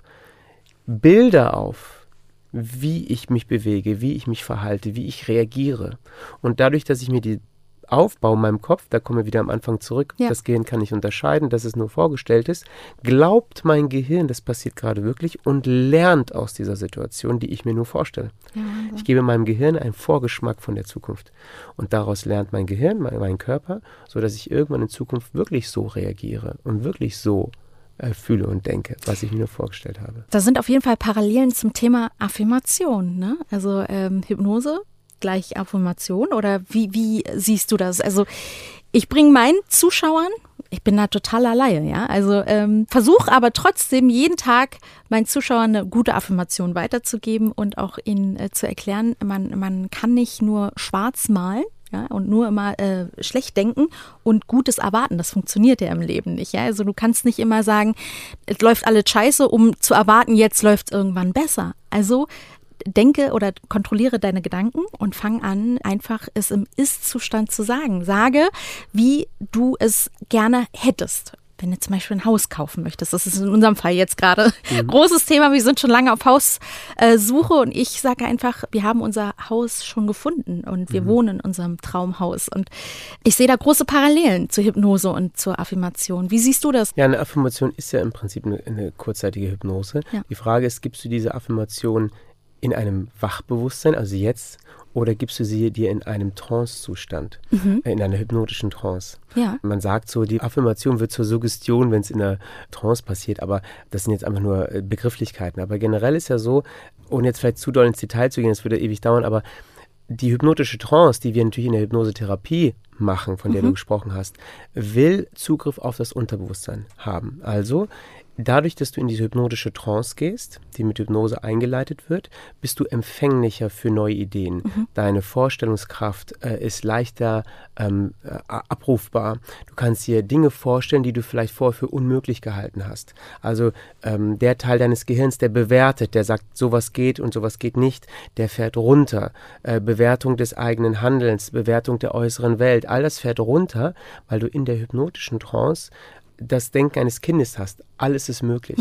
Bilder auf, wie ich mich bewege, wie ich mich verhalte, wie ich reagiere. Und dadurch, dass ich mir die aufbaue in meinem Kopf, da kommen wir wieder am Anfang zurück, Ja. das Gehirn kann nicht unterscheiden, dass es nur vorgestellt ist, glaubt mein Gehirn, das passiert gerade wirklich und lernt aus dieser Situation, die ich mir nur vorstelle. Ja, Wahnsinn. Ich gebe meinem Gehirn einen Vorgeschmack von der Zukunft. Und daraus lernt mein Gehirn, mein Körper, sodass ich irgendwann in Zukunft wirklich so reagiere und wirklich so fühle und denke, was ich mir nur vorgestellt habe. Da sind auf jeden Fall Parallelen zum Thema Affirmation, ne? Also Hypnose gleich Affirmation, oder wie siehst du das? Also ich bringe meinen Zuschauern, ich bin da totaler Laie, ja, also versuche aber trotzdem jeden Tag meinen Zuschauern eine gute Affirmation weiterzugeben und auch ihnen zu erklären, man kann nicht nur schwarz malen, ja, und nur immer schlecht denken und Gutes erwarten. Das funktioniert ja im Leben nicht. Ja? Also du kannst nicht immer sagen, es läuft alles scheiße, um zu erwarten, jetzt läuft es irgendwann besser. Also denke oder kontrolliere deine Gedanken und fang an, einfach es im Ist-Zustand zu sagen. Sage, wie du es gerne hättest. wenn du zum Beispiel ein Haus kaufen möchtest, das ist in unserem Fall jetzt gerade ein großes Thema, wir sind schon lange auf Haussuche und ich sage einfach, wir haben unser Haus schon gefunden und wir wohnen in unserem Traumhaus und ich sehe da große Parallelen zur Hypnose und zur Affirmation. Wie siehst du das? Ja, eine Affirmation ist ja im Prinzip eine kurzzeitige Hypnose. Ja. Die Frage ist, gibst du diese Affirmation in einem Wachbewusstsein, also jetzt, oder gibst du sie dir in einem Trance-Zustand, in einer hypnotischen Trance? Ja. Man sagt so, die Affirmation wird zur Suggestion, wenn es in der Trance passiert, aber das sind jetzt einfach nur Begrifflichkeiten. Aber generell ist ja so, ohne jetzt vielleicht zu doll ins Detail zu gehen, das würde ewig dauern, aber die hypnotische Trance, die wir natürlich in der Hypnosetherapie machen, von der du gesprochen hast, will Zugriff auf das Unterbewusstsein haben. Also dadurch, dass du in diese hypnotische Trance gehst, die mit Hypnose eingeleitet wird, bist du empfänglicher für neue Ideen. Deine Vorstellungskraft ist leichter abrufbar. Du kannst dir Dinge vorstellen, die du vielleicht vorher für unmöglich gehalten hast. Also der Teil deines Gehirns, der bewertet, der sagt, sowas geht und sowas geht nicht, der fährt runter. Bewertung des eigenen Handelns, Bewertung der äußeren Welt, all das fährt runter, weil du in der hypnotischen Trance das Denken eines Kindes hast. Alles ist möglich.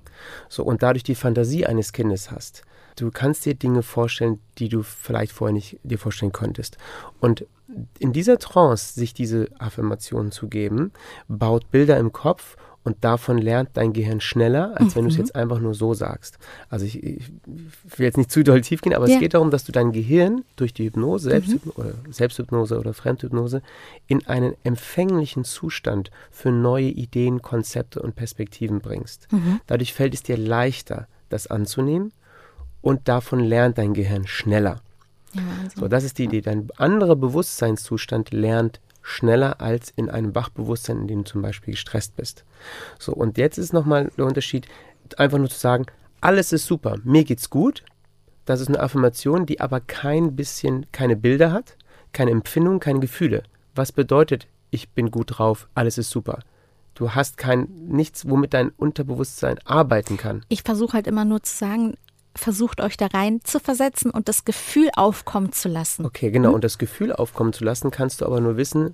So, und dadurch die Fantasie eines Kindes hast. Du kannst dir Dinge vorstellen, die du vielleicht vorher nicht dir vorstellen konntest. Und in dieser Trance, sich diese Affirmationen zu geben, baut Bilder im Kopf und davon lernt dein Gehirn schneller, als wenn du es jetzt einfach nur so sagst. Also ich will jetzt nicht zu doll tief gehen, aber es geht darum, dass du dein Gehirn durch die Hypnose, Selbsthypnose oder Fremdhypnose, in einen empfänglichen Zustand für neue Ideen, Konzepte und Perspektiven bringst. Dadurch fällt es dir leichter, das anzunehmen und davon lernt dein Gehirn schneller. Ja, also. So, das ist die Idee. Dein anderer Bewusstseinszustand lernt schneller als in einem Wachbewusstsein, in dem du zum Beispiel gestresst bist. So, und jetzt ist nochmal der Unterschied, einfach nur zu sagen, alles ist super, mir geht's gut. Das ist eine Affirmation, die aber keine Bilder hat, keine Empfindungen, keine Gefühle. Was bedeutet, ich bin gut drauf, alles ist super? Du hast nichts, womit dein Unterbewusstsein arbeiten kann. Ich versuche halt immer nur zu sagen, versucht euch da rein zu versetzen und das Gefühl aufkommen zu lassen. Okay, genau. Und das Gefühl aufkommen zu lassen, kannst du aber nur wissen,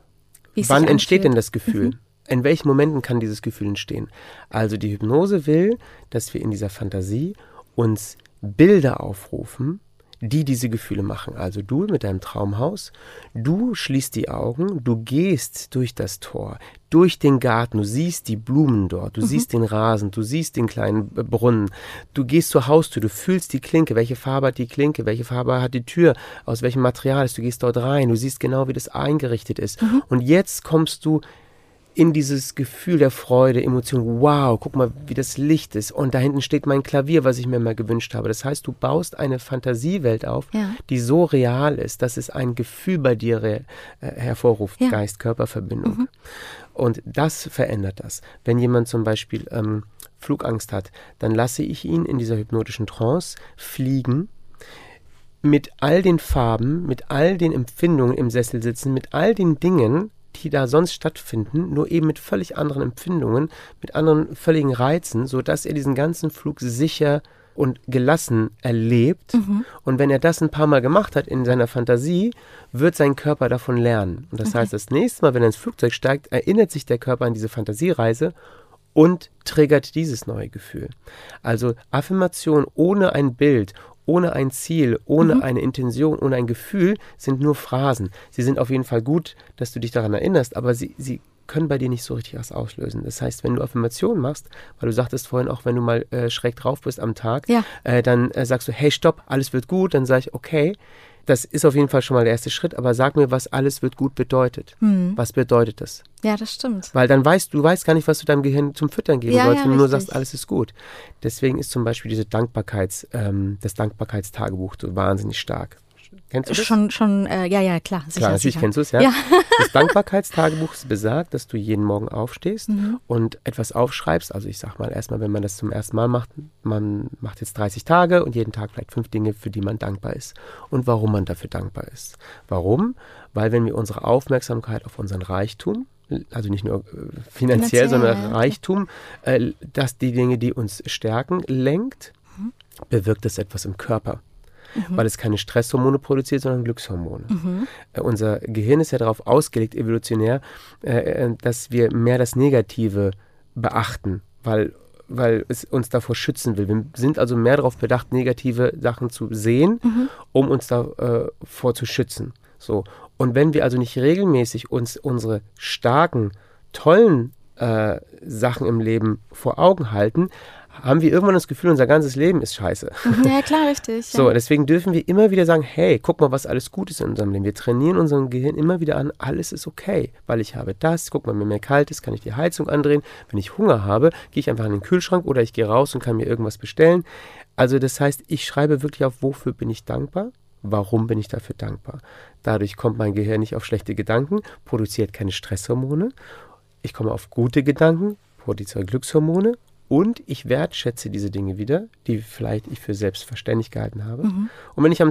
Wie wann sich entsteht anfühlt. denn das Gefühl? In welchen Momenten kann dieses Gefühl entstehen? Also die Hypnose will, dass wir in dieser Fantasie uns Bilder aufrufen, die diese Gefühle machen. Also du mit deinem Traumhaus, du schließt die Augen, du gehst durch das Tor, durch den Garten, du siehst die Blumen dort, du siehst den Rasen, du siehst den kleinen Brunnen, du gehst zur Haustür, du fühlst die Klinke, welche Farbe hat die Klinke, welche Farbe hat die Tür, aus welchem Material ist, du gehst dort rein, du siehst genau, wie das eingerichtet ist. Und jetzt kommst du in dieses Gefühl der Freude, Emotion, wow, guck mal, wie das Licht ist und da hinten steht mein Klavier, was ich mir mal gewünscht habe. Das heißt, du baust eine Fantasiewelt auf, die so real ist, dass es ein Gefühl bei dir hervorruft, Geist-Körper-Verbindung. Und das verändert das. Wenn jemand zum Beispiel Flugangst hat, dann lasse ich ihn in dieser hypnotischen Trance fliegen, mit all den Farben, mit all den Empfindungen im Sessel sitzen, mit all den Dingen, die da sonst stattfinden, nur eben mit völlig anderen Empfindungen, mit anderen völligen Reizen, sodass er diesen ganzen Flug sicher und gelassen erlebt. Und wenn er das ein paar Mal gemacht hat in seiner Fantasie, wird sein Körper davon lernen. Und das heißt, das nächste Mal, wenn er ins Flugzeug steigt, erinnert sich der Körper an diese Fantasiereise und triggert dieses neue Gefühl. Also Affirmation ohne ein Bild, ohne ein Ziel, ohne eine Intention, ohne ein Gefühl sind nur Phrasen. Sie sind auf jeden Fall gut, dass du dich daran erinnerst, aber sie können bei dir nicht so richtig was auslösen. Das heißt, wenn du Affirmationen machst, weil du sagtest vorhin auch, wenn du mal schräg drauf bist am Tag, dann sagst du, hey, stopp, alles wird gut. Dann sage ich, okay, das ist auf jeden Fall schon mal der erste Schritt, aber sag mir, was alles wird gut bedeutet. Was bedeutet das? Ja, das stimmt. Weil dann weißt du gar nicht, was du deinem Gehirn zum Füttern geben sollst, wenn du nur sagst, alles ist gut. Deswegen ist zum Beispiel das Dankbarkeitstagebuch so wahnsinnig stark. Kennst du das? Schon, ja, klar. Sicher, klar, natürlich kennst du es, ja. Das Dankbarkeitstagebuch besagt, dass du jeden Morgen aufstehst und etwas aufschreibst. Also ich sag mal erstmal, wenn man das zum ersten Mal macht, man macht jetzt 30 Tage und jeden Tag vielleicht 5 Dinge, für die man dankbar ist und warum man dafür dankbar ist. Warum? Weil wenn wir unsere Aufmerksamkeit auf unseren Reichtum, also nicht nur finanziell, sondern Reichtum, dass die Dinge, die uns stärken, lenkt, bewirkt das etwas im Körper. weil es keine Stresshormone produziert, sondern Glückshormone. Unser Gehirn ist ja darauf ausgelegt, evolutionär, dass wir mehr das Negative beachten, weil es uns davor schützen will. Wir sind also mehr darauf bedacht, negative Sachen zu sehen, um uns davor zu schützen. So. Und wenn wir also nicht regelmäßig uns unsere starken, tollen Sachen im Leben vor Augen halten, haben wir irgendwann das Gefühl, unser ganzes Leben ist scheiße. Ja, klar, richtig. So, ja. deswegen dürfen wir immer wieder sagen, hey, guck mal, was alles gut ist in unserem Leben. Wir trainieren unser Gehirn immer wieder an, alles ist okay, weil ich habe das, guck mal, wenn mir kalt ist, kann ich die Heizung andrehen. Wenn ich Hunger habe, gehe ich einfach in den Kühlschrank oder ich gehe raus und kann mir irgendwas bestellen. Also das heißt, ich schreibe wirklich auf, wofür bin ich dankbar? Warum bin ich dafür dankbar? Dadurch kommt mein Gehirn nicht auf schlechte Gedanken, produziert keine Stresshormone. Ich komme auf gute Gedanken, produziere Glückshormone und ich wertschätze diese Dinge wieder, die vielleicht ich für selbstverständlich gehalten habe. Und wenn ich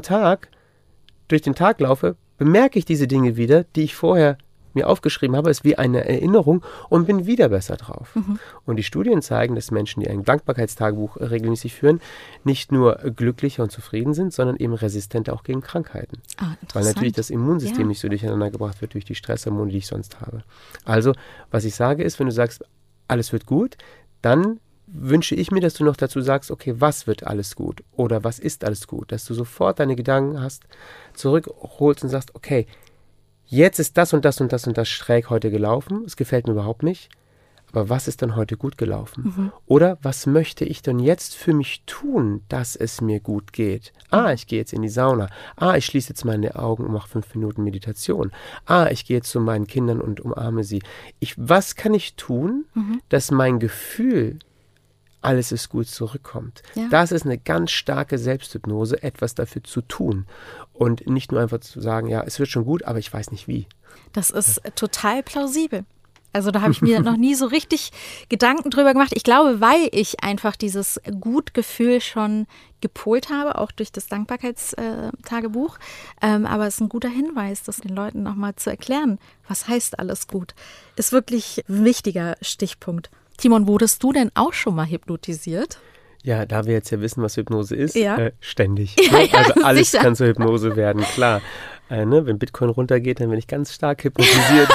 durch den Tag laufe, bemerke ich diese Dinge wieder, die ich vorher mir aufgeschrieben habe, ist wie eine Erinnerung und bin wieder besser drauf. Und die Studien zeigen, dass Menschen, die ein Dankbarkeitstagebuch regelmäßig führen, nicht nur glücklicher und zufrieden sind, sondern eben resistenter auch gegen Krankheiten. Weil natürlich das Immunsystem nicht so durcheinander gebracht wird durch die Stresshormone, die ich sonst habe. Also, was ich sage ist, wenn du sagst, alles wird gut, dann wünsche ich mir, dass du noch dazu sagst, okay, was wird alles gut oder was ist alles gut, dass du sofort deine Gedanken hast, zurückholst und sagst, okay, jetzt ist das und das und das und das schräg heute gelaufen, es gefällt mir überhaupt nicht, aber was ist denn heute gut gelaufen? Oder was möchte ich denn jetzt für mich tun, dass es mir gut geht? Ich gehe jetzt in die Sauna. Ich schließe jetzt meine Augen und mache 5 Minuten Meditation. Ich gehe jetzt zu meinen Kindern und umarme sie. Was kann ich tun, dass mein Gefühl, alles ist gut, zurückkommt? Ja. Das ist eine ganz starke Selbsthypnose, etwas dafür zu tun. Und nicht nur einfach zu sagen, ja, es wird schon gut, aber ich weiß nicht wie. Das ist total plausibel. Also da habe ich mir noch nie so richtig Gedanken drüber gemacht. Ich glaube, weil ich einfach dieses Gutgefühl schon gepolt habe, auch durch das Dankbarkeitstagebuch. Aber es ist ein guter Hinweis, das den Leuten nochmal zu erklären. Was heißt alles gut? Ist wirklich ein wichtiger Stichpunkt. Timon, wurdest du denn auch schon mal hypnotisiert? Ja, da wir jetzt ja wissen, was Hypnose ist, ja. Ständig. Ne? Also alles sicher. Kann zur Hypnose werden, klar. Wenn Bitcoin runtergeht, dann bin ich ganz stark hypnotisiert.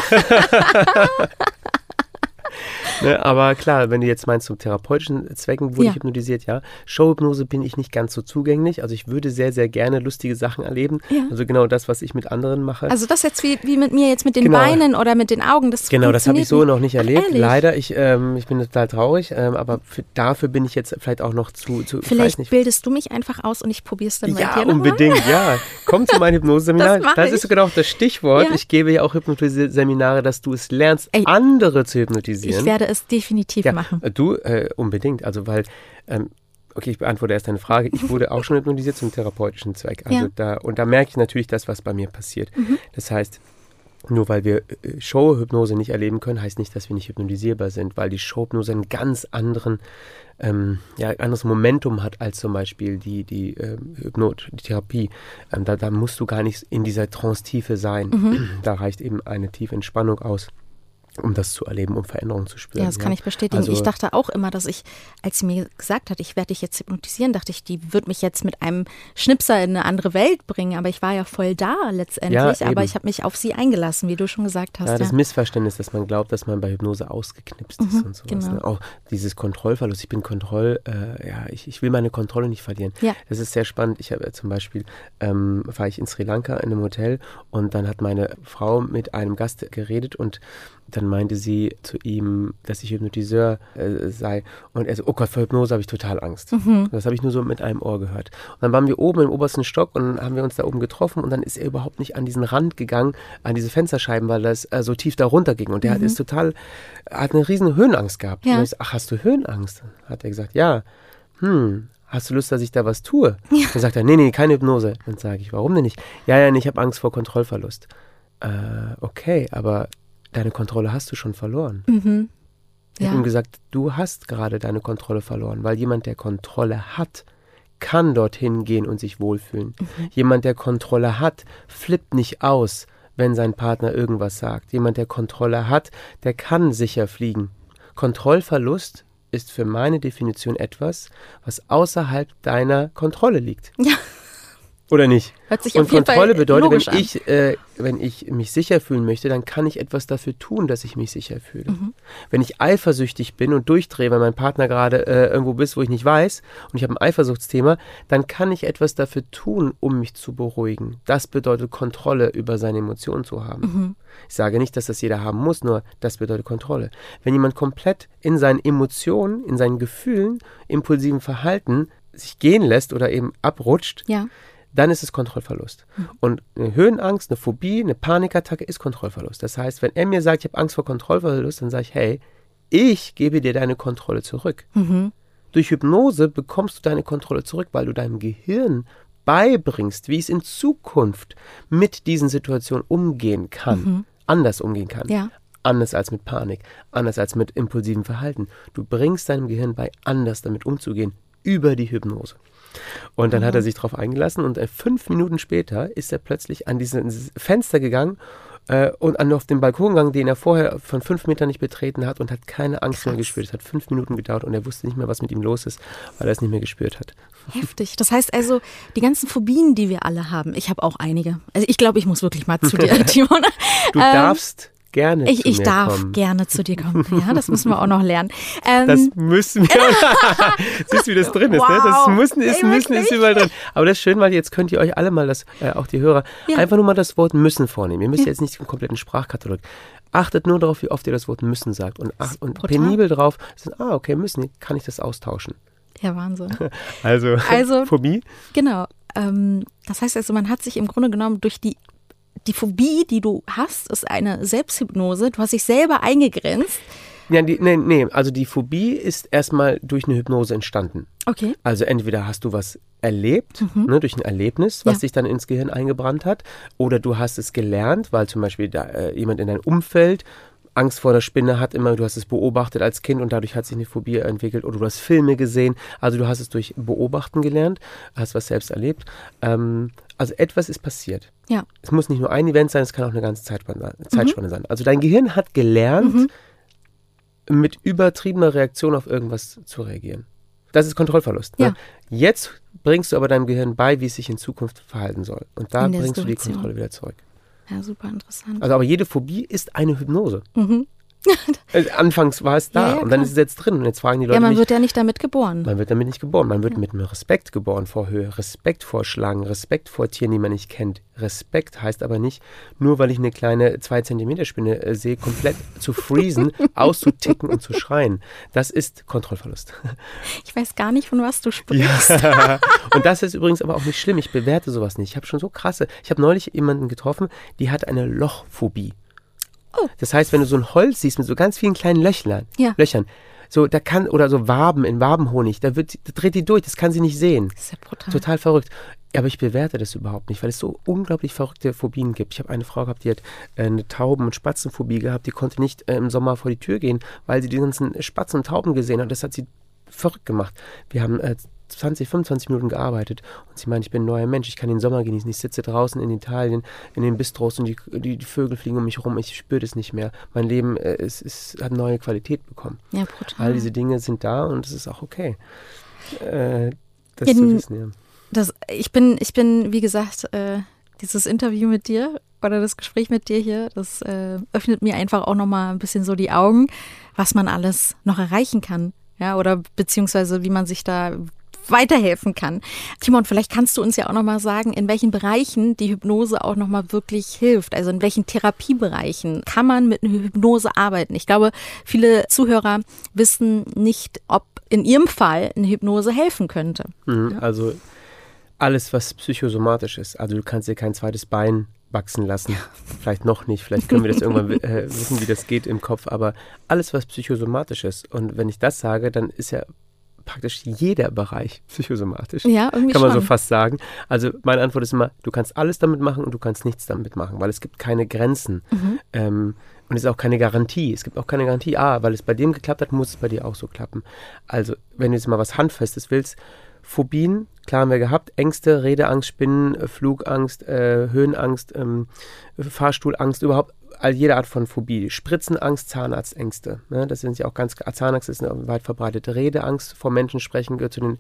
Ne, aber klar, wenn du jetzt meinst, zum therapeutischen Zwecken wurde ich hypnotisiert, ja. Showhypnose bin ich nicht ganz so zugänglich. Also ich würde sehr, sehr gerne lustige Sachen erleben. Ja. Also genau das, was ich mit anderen mache. Also das jetzt wie mit mir jetzt mit den Beinen oder mit den Augen. Das das habe ich so noch nicht erlebt. Ehrlich? Leider, ich bin total traurig. Aber dafür bin ich jetzt vielleicht auch noch zu Vielleicht bildest du mich einfach aus und ich probiere es dann bei dir nochmal. Ja, unbedingt, ja. Komm zu meinem Hypnoseseminar. Das ist genau das Stichwort. Ja. Ich gebe ja auch Hypnoseminare, dass du es lernst, andere zu hypnotisieren. Ich werde es definitiv machen. Du, unbedingt. Also weil, okay, ich beantworte erst deine Frage. Ich wurde auch schon hypnotisiert zum therapeutischen Zweck. Also da merke ich natürlich das, was bei mir passiert. Das heißt, nur weil wir Showhypnose nicht erleben können, heißt nicht, dass wir nicht hypnotisierbar sind, weil die Showhypnose einen ganz anderes Momentum hat als zum Beispiel die Therapie. Da musst du gar nicht in dieser Trance-Tiefe sein. Da reicht eben eine tiefe Entspannung aus, um das zu erleben, um Veränderungen zu spüren. Ja, das kann ich bestätigen. Also, ich dachte auch immer, dass als sie mir gesagt hat, ich werde dich jetzt hypnotisieren, dachte ich, die wird mich jetzt mit einem Schnipser in eine andere Welt bringen. Aber ich war ja voll da letztendlich. Aber ich habe mich auf sie eingelassen, wie du schon gesagt hast. Ja, das Missverständnis, dass man glaubt, dass man bei Hypnose ausgeknipst ist und sowas. Genau. Ne? Auch dieses Kontrollverlust. Ich will meine Kontrolle nicht verlieren. Ja. Das ist sehr spannend. Ich habe zum Beispiel, war ich in Sri Lanka in einem Hotel und dann hat meine Frau mit einem Gast geredet und dann meinte sie zu ihm, dass ich Hypnotiseur sei. Und er so, oh Gott, vor Hypnose habe ich total Angst. Das habe ich nur so mit einem Ohr gehört. Und dann waren wir oben im obersten Stock und haben wir uns da oben getroffen und dann ist er überhaupt nicht an diesen Rand gegangen, an diese Fensterscheiben, weil das so tief da runter ging. Und der hat eine riesen Höhenangst gehabt. Ja. Und ich so, ach, hast du Höhenangst? Hat er gesagt, ja. Hast du Lust, dass ich da was tue? Ja. Dann sagt er, nee, keine Hypnose. Dann sage ich, warum denn nicht? Ja, ich habe Angst vor Kontrollverlust. Okay, aber deine Kontrolle hast du schon verloren. Ich habe ihm gesagt, du hast gerade deine Kontrolle verloren, weil jemand, der Kontrolle hat, kann dorthin gehen und sich wohlfühlen. Jemand, der Kontrolle hat, flippt nicht aus, wenn sein Partner irgendwas sagt. Jemand, der Kontrolle hat, der kann sicher fliegen. Kontrollverlust ist für meine Definition etwas, was außerhalb deiner Kontrolle liegt. Ja. Oder nicht? Hört sich Und auf jeden Kontrolle Fall bedeutet, logisch wenn ich mich sicher fühlen möchte, dann kann ich etwas dafür tun, dass ich mich sicher fühle. Wenn ich eifersüchtig bin und durchdrehe, weil mein Partner gerade irgendwo ist, wo ich nicht weiß und ich habe ein Eifersuchtsthema, dann kann ich etwas dafür tun, um mich zu beruhigen. Das bedeutet, Kontrolle über seine Emotionen zu haben. Ich sage nicht, dass das jeder haben muss, nur das bedeutet Kontrolle. Wenn jemand komplett in seinen Emotionen, in seinen Gefühlen, impulsiven Verhalten sich gehen lässt oder eben abrutscht, dann ist es Kontrollverlust. Und eine Höhenangst, eine Phobie, eine Panikattacke ist Kontrollverlust. Das heißt, wenn er mir sagt, ich habe Angst vor Kontrollverlust, dann sage ich, hey, ich gebe dir deine Kontrolle zurück. Durch Hypnose bekommst du deine Kontrolle zurück, weil du deinem Gehirn beibringst, wie es in Zukunft mit diesen Situationen umgehen kann, anders umgehen kann. Ja. Anders als mit Panik, anders als mit impulsivem Verhalten. Du bringst deinem Gehirn bei, anders damit umzugehen, über die Hypnose. Und dann hat er sich darauf eingelassen und 5 Minuten später ist er plötzlich an dieses Fenster gegangen und auf den Balkon gegangen, den er vorher von 5 Metern nicht betreten hat und hat keine Angst mehr gespürt. Es hat 5 Minuten gedauert und er wusste nicht mehr, was mit ihm los ist, weil er es nicht mehr gespürt hat. Heftig. Das heißt also, die ganzen Phobien, die wir alle haben, ich habe auch einige. Also ich glaube, ich muss wirklich mal zu dir, Timon. Du darfst gerne zu mir kommen. Ich darf gerne zu dir kommen. Ja, das müssen wir auch noch lernen. Das müssen wir. Siehst du, wie das drin ist, ne? Das müssen ist überall drin. Aber das ist schön, weil jetzt könnt ihr euch alle mal, auch die Hörer, einfach nur mal das Wort müssen vornehmen. Ihr müsst jetzt nicht den kompletten Sprachkatalog. Achtet nur darauf, wie oft ihr das Wort müssen sagt. Und penibel drauf, okay, müssen, kann ich das austauschen. Ja, Wahnsinn. Also Phobie? Genau. Das heißt also, man hat sich im Grunde genommen durch die Phobie, die du hast, ist eine Selbsthypnose. Du hast dich selber eingegrenzt. Ja, also die Phobie ist erstmal durch eine Hypnose entstanden. Okay. Also entweder hast du was erlebt, durch ein Erlebnis, was sich dann ins Gehirn eingebrannt hat, oder du hast es gelernt, weil zum Beispiel jemand in deinem Umfeld Angst vor der Spinne hat, du hast es beobachtet als Kind und dadurch hat sich eine Phobie entwickelt, oder du hast Filme gesehen, also du hast es durch Beobachten gelernt, hast was selbst erlebt. Also etwas ist passiert. Ja. Es muss nicht nur ein Event sein, es kann auch eine ganze Zeitspanne sein. Also dein Gehirn hat gelernt, mit übertriebener Reaktion auf irgendwas zu reagieren. Das ist Kontrollverlust. Ne? Ja. Jetzt bringst du aber deinem Gehirn bei, wie es sich in Zukunft verhalten soll. Und da bringst du die Kontrolle wieder zurück. Ja, super interessant. Also aber jede Phobie ist eine Hypnose. Anfangs war es da und dann ist es jetzt drin. Und jetzt fragen die Leute man wird ja nicht damit geboren. Man wird damit nicht geboren. Man wird mit einem Respekt geboren vor Höhe, Respekt vor Schlangen, Respekt vor Tieren, die man nicht kennt. Respekt heißt aber nicht, nur weil ich eine kleine 2 Zentimeter Spinne sehe, komplett zu freezen, auszuticken und zu schreien. Das ist Kontrollverlust. Ich weiß gar nicht, von was du sprichst. Ja. Und das ist übrigens aber auch nicht schlimm. Ich bewerte sowas nicht. Ich habe neulich jemanden getroffen, die hat eine Lochphobie. Oh. Das heißt, wenn du so ein Holz siehst mit so ganz vielen kleinen Löchern, so oder so Waben in Wabenhonig, da dreht die durch, das kann sie nicht sehen. Das ist ja brutal. Total verrückt. Aber ich bewerte das überhaupt nicht, weil es so unglaublich verrückte Phobien gibt. Ich habe eine Frau gehabt, die hat eine Tauben- und Spatzenphobie gehabt, die konnte nicht im Sommer vor die Tür gehen, weil sie die ganzen Spatzen und Tauben gesehen hat. Das hat sie verrückt gemacht. Wir haben 20, 25 Minuten gearbeitet und sie meint, ich bin ein neuer Mensch, ich kann den Sommer genießen, ich sitze draußen in Italien, in den Bistros und die Vögel fliegen um mich rum, ich spüre das nicht mehr. Mein Leben hat neue Qualität bekommen. Ja, brutal. All diese Dinge sind da und es ist auch okay, das zu wissen. Ja. Ich bin, wie gesagt, dieses Interview mit dir oder das Gespräch mit dir hier, das öffnet mir einfach auch nochmal ein bisschen so die Augen, was man alles noch erreichen kann. Ja, oder beziehungsweise wie man sich da weiterhelfen kann. Timon, vielleicht kannst du uns ja auch nochmal sagen, in welchen Bereichen die Hypnose auch nochmal wirklich hilft. Also in welchen Therapiebereichen kann man mit einer Hypnose arbeiten? Ich glaube, viele Zuhörer wissen nicht, ob in ihrem Fall eine Hypnose helfen könnte. Also alles, was psychosomatisch ist. Also du kannst dir kein zweites Bein wachsen lassen. Vielleicht noch nicht. Vielleicht können wir das irgendwann wissen, wie das geht im Kopf. Aber alles, was psychosomatisch ist. Und wenn ich das sage, dann ist ja praktisch jeder Bereich psychosomatisch. Ja, irgendwie kann man schon so fast sagen. Also meine Antwort ist immer, du kannst alles damit machen und du kannst nichts damit machen, weil es gibt keine Grenzen. Und es ist auch keine Garantie. Es gibt auch keine Garantie, weil es bei dem geklappt hat, muss es bei dir auch so klappen. Also wenn du jetzt mal was Handfestes willst, Phobien, klar haben wir gehabt, Ängste, Redeangst, Spinnen, Flugangst, Höhenangst, Fahrstuhlangst, überhaupt jede Art von Phobie. Spritzenangst, Zahnarztängste. Ne? Das sind ja auch Zahnangst ist eine weit verbreitete Redeangst, vor Menschen sprechen gehört zu den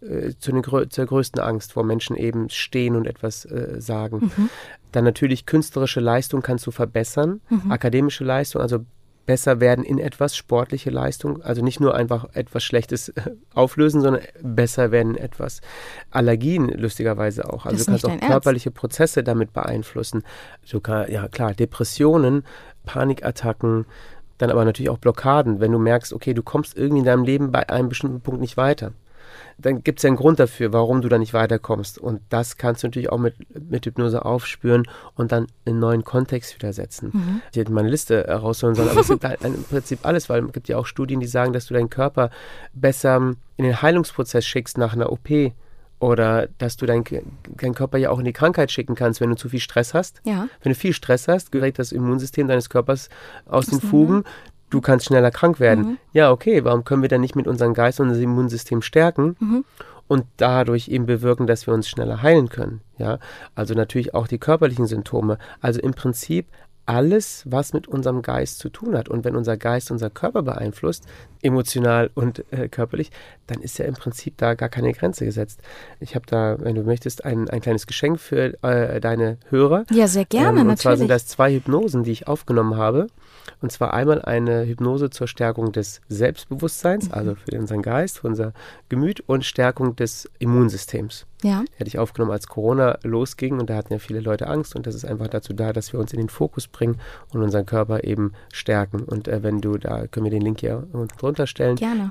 zur größten Angst, wo Menschen eben stehen und etwas sagen. Dann natürlich künstlerische Leistung kannst du verbessern, akademische Leistung, also besser werden in etwas, sportliche Leistung, also nicht nur einfach etwas Schlechtes auflösen, sondern besser werden in etwas. Allergien lustigerweise auch, also du kannst auch körperliche Prozesse damit beeinflussen. Sogar, ja klar, Depressionen, Panikattacken, dann aber natürlich auch Blockaden, wenn du merkst, okay, du kommst irgendwie in deinem Leben bei einem bestimmten Punkt nicht weiter. Dann gibt es ja einen Grund dafür, warum du da nicht weiterkommst. Und das kannst du natürlich auch mit Hypnose aufspüren und dann in einen neuen Kontext wieder setzen. Ich hätte meine Liste rausholen sollen, aber es gibt halt im Prinzip alles, weil es gibt ja auch Studien, die sagen, dass du deinen Körper besser in den Heilungsprozess schickst nach einer OP. Oder dass du deinen Körper ja auch in die Krankheit schicken kannst, wenn du zu viel Stress hast. Ja. Wenn du viel Stress hast, gerät das Immunsystem deines Körpers aus den Fugen. Du kannst schneller krank werden. Ja, okay, warum können wir dann nicht mit unserem Geist unser Immunsystem stärken und dadurch eben bewirken, dass wir uns schneller heilen können? Ja, also natürlich auch die körperlichen Symptome. Also im Prinzip alles, was mit unserem Geist zu tun hat. Und wenn unser Geist unser Körper beeinflusst, emotional und körperlich, dann ist ja im Prinzip da gar keine Grenze gesetzt. Ich habe da, wenn du möchtest, ein kleines Geschenk für deine Hörer. Ja, sehr gerne, natürlich. Und zwar sind das 2 Hypnosen, die ich aufgenommen habe. Und zwar einmal eine Hypnose zur Stärkung des Selbstbewusstseins, also für unseren Geist, für unser Gemüt und Stärkung des Immunsystems. Ja. Die hatte ich aufgenommen, als Corona losging und da hatten ja viele Leute Angst und das ist einfach dazu da, dass wir uns in den Fokus bringen und unseren Körper eben stärken. Und wenn du, da können wir den Link hier unten drunter stellen. Gerne.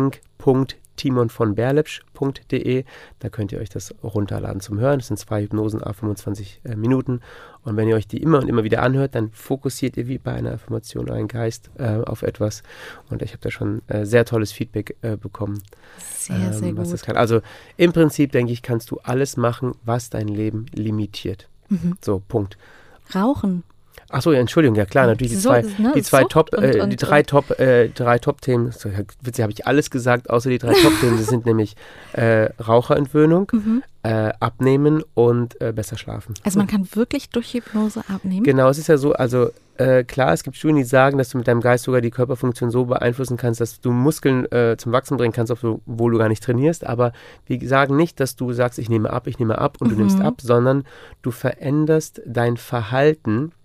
Geschenk.timonvonberlepsch.de, da könnt ihr euch das runterladen zum Hören. Das sind 2 Hypnosen, 25 Minuten. Und wenn ihr euch die immer und immer wieder anhört, dann fokussiert ihr wie bei einer Affirmation euren Geist auf etwas. Und ich habe da schon sehr tolles Feedback bekommen. Sehr, sehr gut. Das kann. Also im Prinzip, denke ich, kannst du alles machen, was dein Leben limitiert. So, Punkt. Rauchen. Achso, ja, Entschuldigung, ja klar, natürlich die drei Top-Themen, so, witzig, habe ich alles gesagt, außer die 3 Top-Themen, das sind nämlich Raucherentwöhnung, Abnehmen und besser schlafen. Also man kann wirklich durch Hypnose abnehmen? Genau, es ist ja so, also klar, es gibt Studien, die sagen, dass du mit deinem Geist sogar die Körperfunktion so beeinflussen kannst, dass du Muskeln zum Wachsen bringen kannst, obwohl du gar nicht trainierst, aber wir sagen nicht, dass du sagst, ich nehme ab und du nimmst ab, sondern du veränderst dein Verhalten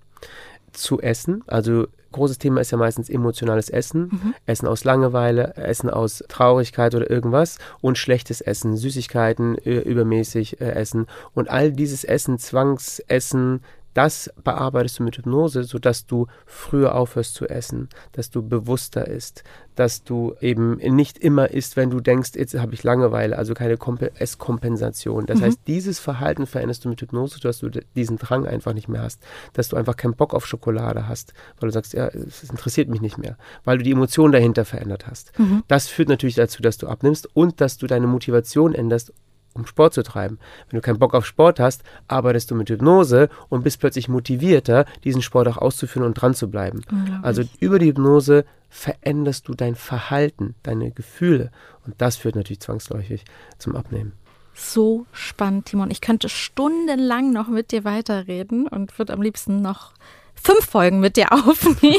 zu essen. Also großes Thema ist ja meistens emotionales Essen. Essen aus Langeweile, Essen aus Traurigkeit oder irgendwas und schlechtes Essen, Süßigkeiten, übermäßig Essen und all dieses Essen, Zwangsessen, das bearbeitest du mit Hypnose, sodass du früher aufhörst zu essen, dass du bewusster isst, dass du eben nicht immer isst, wenn du denkst, jetzt habe ich Langeweile, also keine Esskompensation. Das heißt, dieses Verhalten veränderst du mit Hypnose, dass du diesen Drang einfach nicht mehr hast, dass du einfach keinen Bock auf Schokolade hast, weil du sagst, ja, es interessiert mich nicht mehr, weil du die Emotion dahinter verändert hast. Das führt natürlich dazu, dass du abnimmst und dass du deine Motivation änderst, um Sport zu treiben. Wenn du keinen Bock auf Sport hast, arbeitest du mit Hypnose und bist plötzlich motivierter, diesen Sport auch auszuführen und dran zu bleiben. Also über die Hypnose veränderst du dein Verhalten, deine Gefühle und das führt natürlich zwangsläufig zum Abnehmen. So spannend, Timon. Ich könnte stundenlang noch mit dir weiterreden und würde am liebsten noch 5 Folgen mit dir aufnehmen.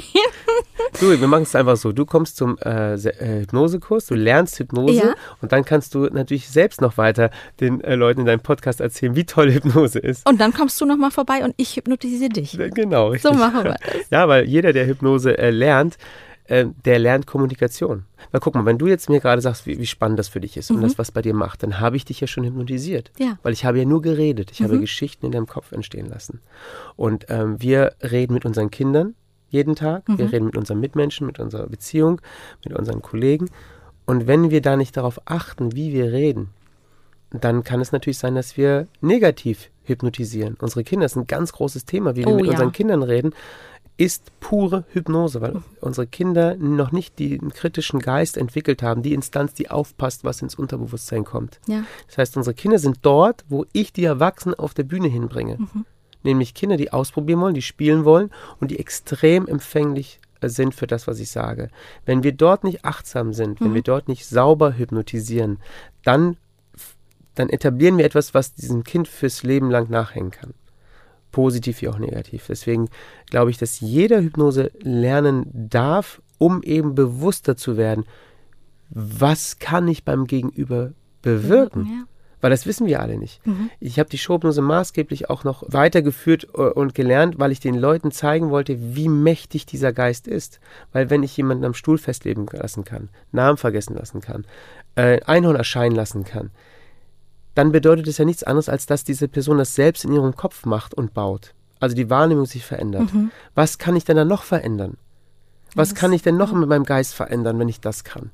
Du, wir machen es einfach so. Du kommst zum Hypnosekurs, du lernst Hypnose und dann kannst du natürlich selbst noch weiter den Leuten in deinem Podcast erzählen, wie toll Hypnose ist. Und dann kommst du nochmal vorbei und ich hypnotisiere dich. Genau, richtig. So machen wir das. Ja, weil jeder, der Hypnose lernt, der lernt Kommunikation. Weil guck mal, wenn du jetzt mir gerade sagst, wie spannend das für dich ist und das, was bei dir macht, dann habe ich dich ja schon hypnotisiert. Ja. Weil ich habe ja nur geredet. Ich habe Geschichten in deinem Kopf entstehen lassen. Und wir reden mit unseren Kindern jeden Tag. Wir reden mit unseren Mitmenschen, mit unserer Beziehung, mit unseren Kollegen. Und wenn wir da nicht darauf achten, wie wir reden, dann kann es natürlich sein, dass wir negativ hypnotisieren. Unsere Kinder, das ist ein ganz großes Thema, wie wir mit unseren Kindern reden, ist pure Hypnose, weil unsere Kinder noch nicht den kritischen Geist entwickelt haben, die Instanz, die aufpasst, was ins Unterbewusstsein kommt. Ja. Das heißt, unsere Kinder sind dort, wo ich die Erwachsenen auf der Bühne hinbringe. Nämlich Kinder, die ausprobieren wollen, die spielen wollen und die extrem empfänglich sind für das, was ich sage. Wenn wir dort nicht achtsam sind, wenn wir dort nicht sauber hypnotisieren, dann etablieren wir etwas, was diesem Kind fürs Leben lang nachhängen kann. Positiv wie auch negativ. Deswegen glaube ich, dass jeder Hypnose lernen darf, um eben bewusster zu werden, was kann ich beim Gegenüber bewirken. Ja. Weil das wissen wir alle nicht. Ich habe die Showhypnose maßgeblich auch noch weitergeführt und gelernt, weil ich den Leuten zeigen wollte, wie mächtig dieser Geist ist. Weil wenn ich jemanden am Stuhl festleben lassen kann, Namen vergessen lassen kann, Einhorn erscheinen lassen kann, dann bedeutet es ja nichts anderes, als dass diese Person das selbst in ihrem Kopf macht und baut. Also die Wahrnehmung sich verändert. Was kann ich denn dann noch verändern? Was kann ich denn noch mit meinem Geist verändern, wenn ich das kann?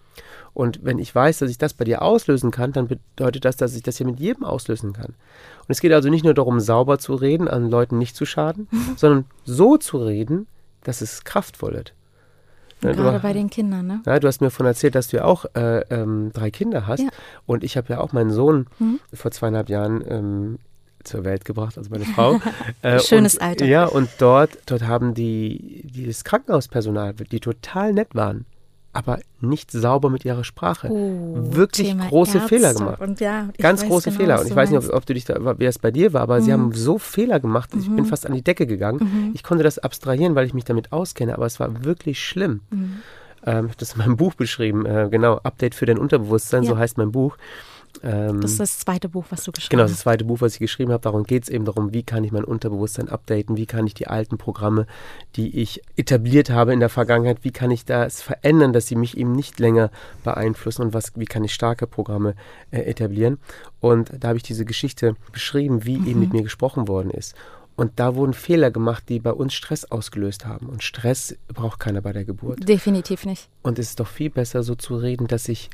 Und wenn ich weiß, dass ich das bei dir auslösen kann, dann bedeutet das, dass ich das ja mit jedem auslösen kann. Und es geht also nicht nur darum, sauber zu reden, an Leuten nicht zu schaden, sondern so zu reden, dass es kraftvoll wird. Gerade bei den Kindern, ne? Ja, du hast mir davon erzählt, dass du ja auch 3 Kinder hast. Ja. Und ich habe ja auch meinen Sohn vor 2,5 Jahren zur Welt gebracht, also meine Frau. Schönes Alter. Ja, und dort haben das Krankenhauspersonal, die total nett waren, aber nicht sauber mit ihrer Sprache. Wirklich Thema große Ärzte Fehler gemacht. Und ganz große Fehler. Und ich weiß nicht, ob du dich da, wie das bei dir war, aber sie haben so Fehler gemacht, ich bin fast an die Decke gegangen. Ich konnte das abstrahieren, weil ich mich damit auskenne, aber es war wirklich schlimm. Ich habe das in meinem Buch beschrieben, genau, Update für dein Unterbewusstsein, so heißt mein Buch. Das ist das zweite Buch, was du geschrieben hast. Genau, das zweite Buch, was ich geschrieben habe. Darum geht es eben darum, wie kann ich mein Unterbewusstsein updaten, wie kann ich die alten Programme, die ich etabliert habe in der Vergangenheit, wie kann ich das verändern, dass sie mich eben nicht länger beeinflussen und wie kann ich starke Programme etablieren. Und da habe ich diese Geschichte beschrieben, wie eben mit mir gesprochen worden ist. Und da wurden Fehler gemacht, die bei uns Stress ausgelöst haben. Und Stress braucht keiner bei der Geburt. Definitiv nicht. Und es ist doch viel besser, so zu reden, dass ich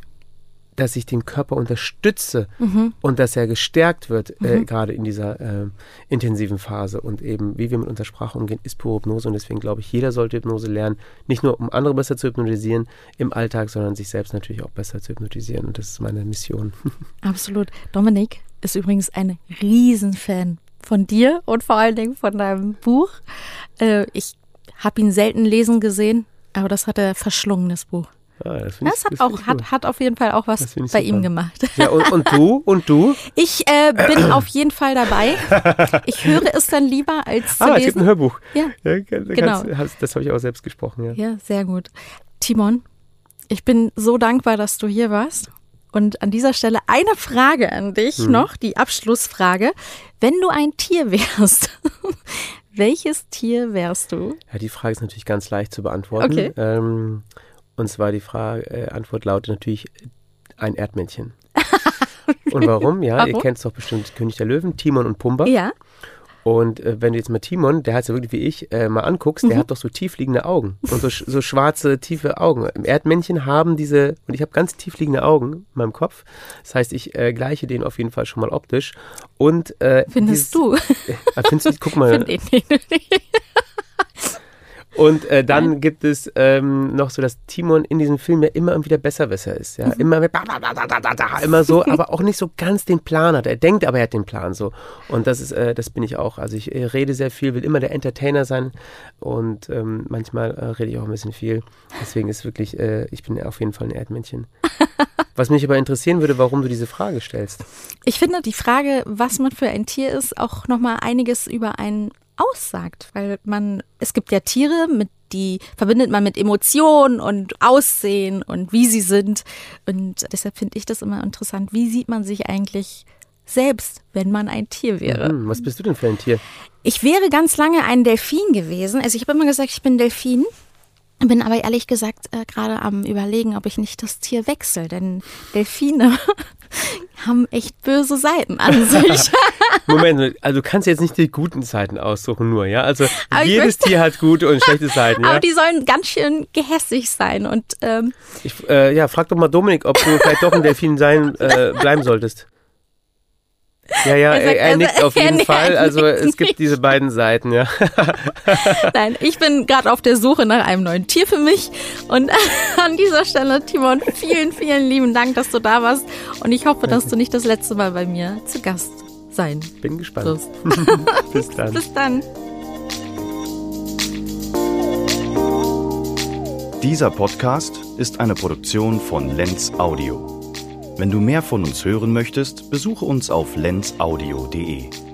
den Körper unterstütze und dass er gestärkt wird, gerade in dieser intensiven Phase. Und eben, wie wir mit unserer Sprache umgehen, ist pure Hypnose. Und deswegen glaube ich, jeder sollte Hypnose lernen. Nicht nur, um andere besser zu hypnotisieren im Alltag, sondern sich selbst natürlich auch besser zu hypnotisieren. Und das ist meine Mission. Absolut. Dominik ist übrigens ein Riesenfan von dir und vor allen Dingen von deinem Buch. Ich habe ihn selten lesen gesehen, aber das hat er verschlungen, das Buch. Das hat auf jeden Fall auch was bei ihm gemacht. Ja, und du? Ich bin auf jeden Fall dabei. Ich höre es dann lieber als zu lesen. Es gibt ein Hörbuch. Ja, genau. Das habe ich auch selbst gesprochen. Ja. Ja, sehr gut. Timon, ich bin so dankbar, dass du hier warst. Und an dieser Stelle eine Frage an dich noch, die Abschlussfrage. Wenn du ein Tier wärst, welches Tier wärst du? Ja, die Frage ist natürlich ganz leicht zu beantworten. Okay. Und zwar die Antwort lautet natürlich ein Erdmännchen. Und warum? Ja, ihr kennt es doch bestimmt, König der Löwen, Timon und Pumba. Ja. Und wenn du jetzt mal Timon, der heißt ja wirklich wie ich, mal anguckst, der hat doch so tiefliegende Augen und so schwarze, tiefe Augen. Im Erdmännchen haben diese, und ich habe ganz tiefliegende Augen in meinem Kopf. Das heißt, ich gleiche den auf jeden Fall schon mal optisch. Und findest du? Findest du? Guck mal. Und dann gibt es noch so, dass Timon in diesem Film ja immer wieder Besserwisser ist. Ja? Immer so, aber auch nicht so ganz den Plan hat. Er denkt aber, er hat den Plan so. Und das bin ich auch. Also ich rede sehr viel, will immer der Entertainer sein und manchmal rede ich auch ein bisschen viel. Deswegen ist wirklich, ich bin auf jeden Fall ein Erdmännchen. Was mich aber interessieren würde, warum du diese Frage stellst. Ich finde die Frage, was man für ein Tier ist, auch nochmal einiges über einen aussagt, weil es gibt ja Tiere, die verbindet man mit Emotionen und Aussehen und wie sie sind, und deshalb finde ich das immer interessant, wie sieht man sich eigentlich selbst, wenn man ein Tier wäre. Was bist du denn für ein Tier? Ich wäre ganz lange ein Delfin gewesen, also ich habe immer gesagt, ich bin Delfin, bin aber ehrlich gesagt gerade am Überlegen, ob ich nicht das Tier wechsle, denn Delfine haben echt böse Seiten an sich. Moment, also du kannst jetzt nicht die guten Seiten aussuchen nur, ja? Also jedes Tier hat gute und schlechte Seiten, ja? Aber die sollen ganz schön gehässig sein und frag doch mal Dominik, ob du vielleicht doch ein Delfin bleiben solltest. Ja, er nickt auf jeden Fall. Also es gibt diese beiden Seiten, ja. Nein, ich bin gerade auf der Suche nach einem neuen Tier für mich. Und an dieser Stelle, Timon, vielen, vielen lieben Dank, dass du da warst. Und ich hoffe, dass du nicht das letzte Mal bei mir zu Gast sein wirst. Bin gespannt. Bis dann. Bis dann. Dieser Podcast ist eine Produktion von Lenz Audio. Wenn du mehr von uns hören möchtest, besuche uns auf lenzaudio.de.